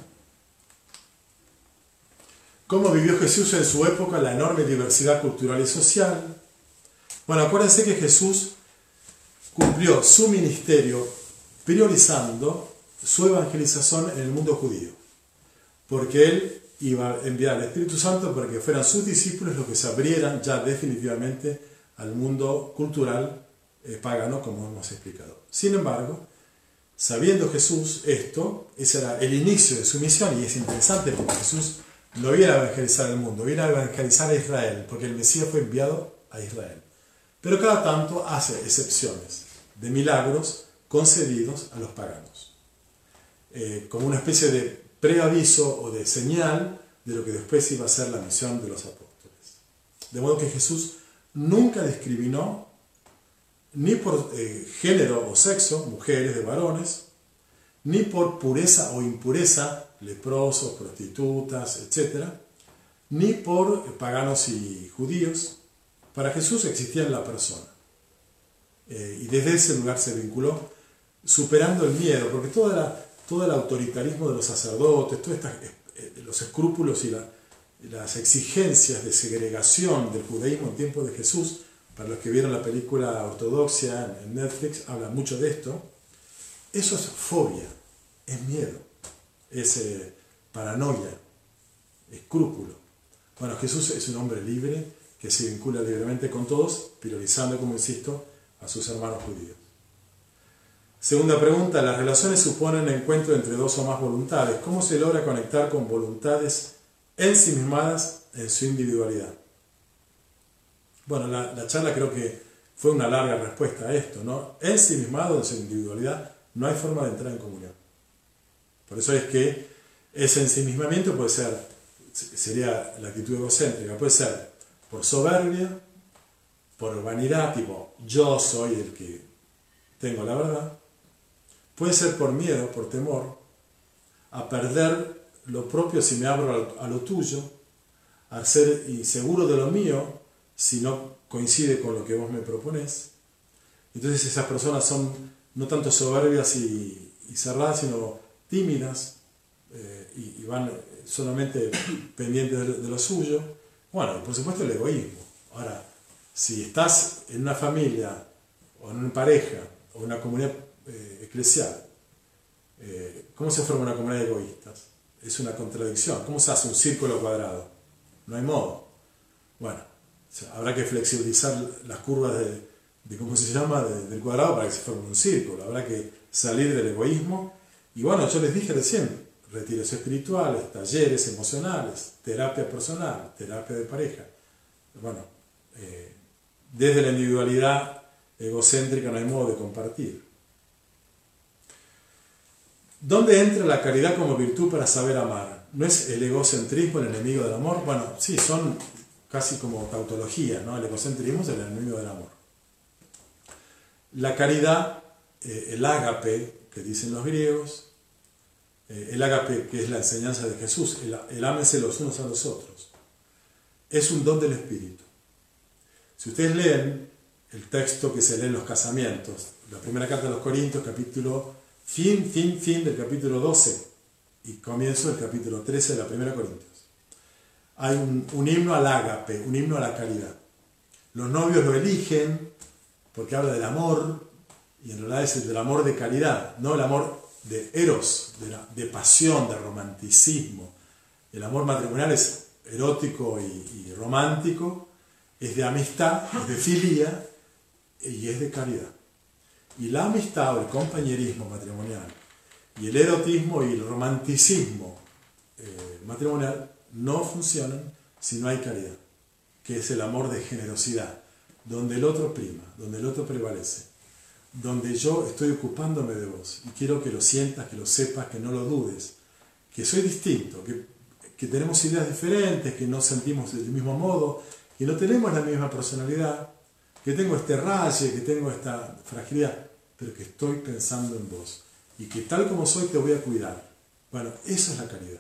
Speaker 1: ¿Cómo vivió Jesús en su época la enorme diversidad cultural y social? Bueno, acuérdense que Jesús cumplió su ministerio priorizando su evangelización en el mundo judío, porque él iba a enviar al Espíritu Santo para que fueran sus discípulos los que se abrieran ya definitivamente al mundo cultural eh, pagano, como hemos explicado. Sin embargo, sabiendo Jesús esto, ese era el inicio de su misión, y es interesante porque Jesús no viene a evangelizar el mundo, viene a evangelizar a Israel, porque el Mesías fue enviado a Israel. Pero cada tanto hace excepciones de milagros concedidos a los paganos, eh, como una especie de preaviso o de señal de lo que después iba a ser la misión de los apóstoles. De modo que Jesús nunca discriminó ni por eh, género o sexo, mujeres de varones, ni por pureza o impureza, leprosos, prostitutas, etcétera, ni por paganos y judíos. Para Jesús existía en la persona. Eh, y desde ese lugar se vinculó, superando el miedo, porque todo, era, todo el autoritarismo de los sacerdotes, todos eh, los escrúpulos y, la, y las exigencias de segregación del judaísmo en tiempos de Jesús, para los que vieron la película Ortodoxia en Netflix, hablan mucho de esto. Eso es fobia, es miedo, es eh, paranoia, escrúpulo. Bueno, Jesús es un hombre libre que se vincula libremente con todos, priorizando, como insisto, a sus hermanos judíos. Segunda pregunta, las relaciones suponen encuentro entre dos o más voluntades. ¿Cómo se logra conectar con voluntades ensimismadas en su individualidad? Bueno, la, la charla creo que fue una larga respuesta a esto, ¿no? Ensimismado en su individualidad, no hay forma de entrar en comunión. Por eso es que ese ensimismamiento puede ser, sería la actitud egocéntrica, puede ser por soberbia, por vanidad, tipo yo soy el que tengo la verdad, puede ser por miedo, por temor, a perder lo propio si me abro a lo tuyo, a ser inseguro de lo mío si no coincide con lo que vos me proponés. Entonces esas personas son no tanto soberbias y, y cerradas, sino tímidas, eh, y, y van solamente pendientes de, de lo suyo. Bueno, y por supuesto el egoísmo. Ahora, si estás en una familia, o en una pareja, o en una comunidad eh, eclesial, eh, ¿cómo se forma una comunidad de egoístas? Es una contradicción. ¿Cómo se hace un círculo cuadrado? No hay modo. Bueno, o sea, habrá que flexibilizar las curvas de, de ¿cómo se llama?, de, del cuadrado para que se forme un círculo. Habrá que salir del egoísmo. Y bueno, yo les dije recién, retiros espirituales, talleres emocionales, terapia personal, terapia de pareja. Bueno, eh, desde la individualidad egocéntrica no hay modo de compartir. ¿Dónde entra la caridad como virtud para saber amar? ¿No es el egocentrismo el enemigo del amor? Bueno, sí, son casi como tautología, ¿no? El egocentrismo es el enemigo del amor. La caridad, eh, el ágape, que dicen los griegos, Eh, el ágape, que es la enseñanza de Jesús, el, el ámense los unos a los otros, es un don del Espíritu. Si ustedes leen el texto que se lee en los casamientos, la primera carta de los Corintios, capítulo fin, fin, fin del capítulo doce y comienzo del capítulo trece de la primera Corintios, hay un, un himno al ágape, un himno a la caridad. Los novios lo eligen porque habla del amor, y en realidad es el del amor de caridad, no el amor de eros, de, la, de pasión, de romanticismo. El amor matrimonial es erótico y, y romántico, es de amistad, es de filia y es de caridad. Y la amistad o el compañerismo matrimonial y el erotismo y el romanticismo eh, matrimonial no funcionan si no hay caridad, que es el amor de generosidad, donde el otro prima, donde el otro prevalece, donde yo estoy ocupándome de vos y quiero que lo sientas, que lo sepas, que no lo dudes, que soy distinto, que, que tenemos ideas diferentes, que no sentimos del mismo modo, que no tenemos la misma personalidad, que tengo este raye, que tengo esta fragilidad, pero que estoy pensando en vos y que tal como soy te voy a cuidar. Bueno, eso es la caridad.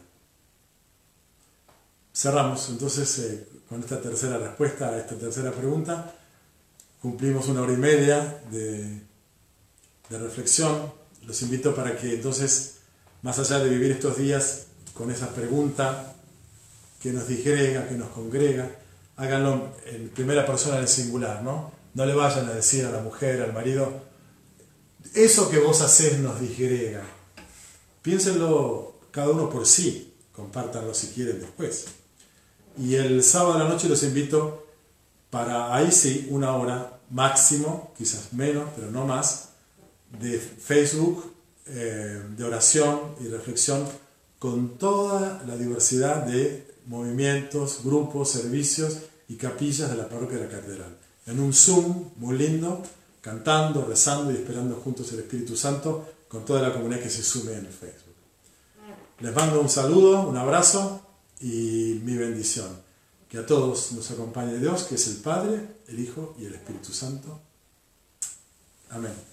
Speaker 1: Cerramos entonces eh, con esta tercera respuesta a esta tercera pregunta. Cumplimos una hora y media de, de reflexión. Los invito para que entonces, más allá de vivir estos días con esa pregunta que nos disgrega, que nos congrega, háganlo en primera persona en el singular, ¿no? No le vayan a decir a la mujer, al marido, eso que vos hacés nos disgrega. Piénsenlo cada uno por sí, compártanlo si quieren después. Y el sábado a la noche los invito para, ahí sí, una hora máximo, quizás menos, pero no más, de Facebook, eh, de oración y reflexión con toda la diversidad de movimientos, grupos, servicios y capillas de la parroquia de la catedral. En un Zoom muy lindo, cantando, rezando y esperando juntos el Espíritu Santo con toda la comunidad que se sume en el Facebook. Les mando un saludo, un abrazo y mi bendición. Que a todos nos acompañe Dios, que es el Padre, el Hijo y el Espíritu Santo. Amén.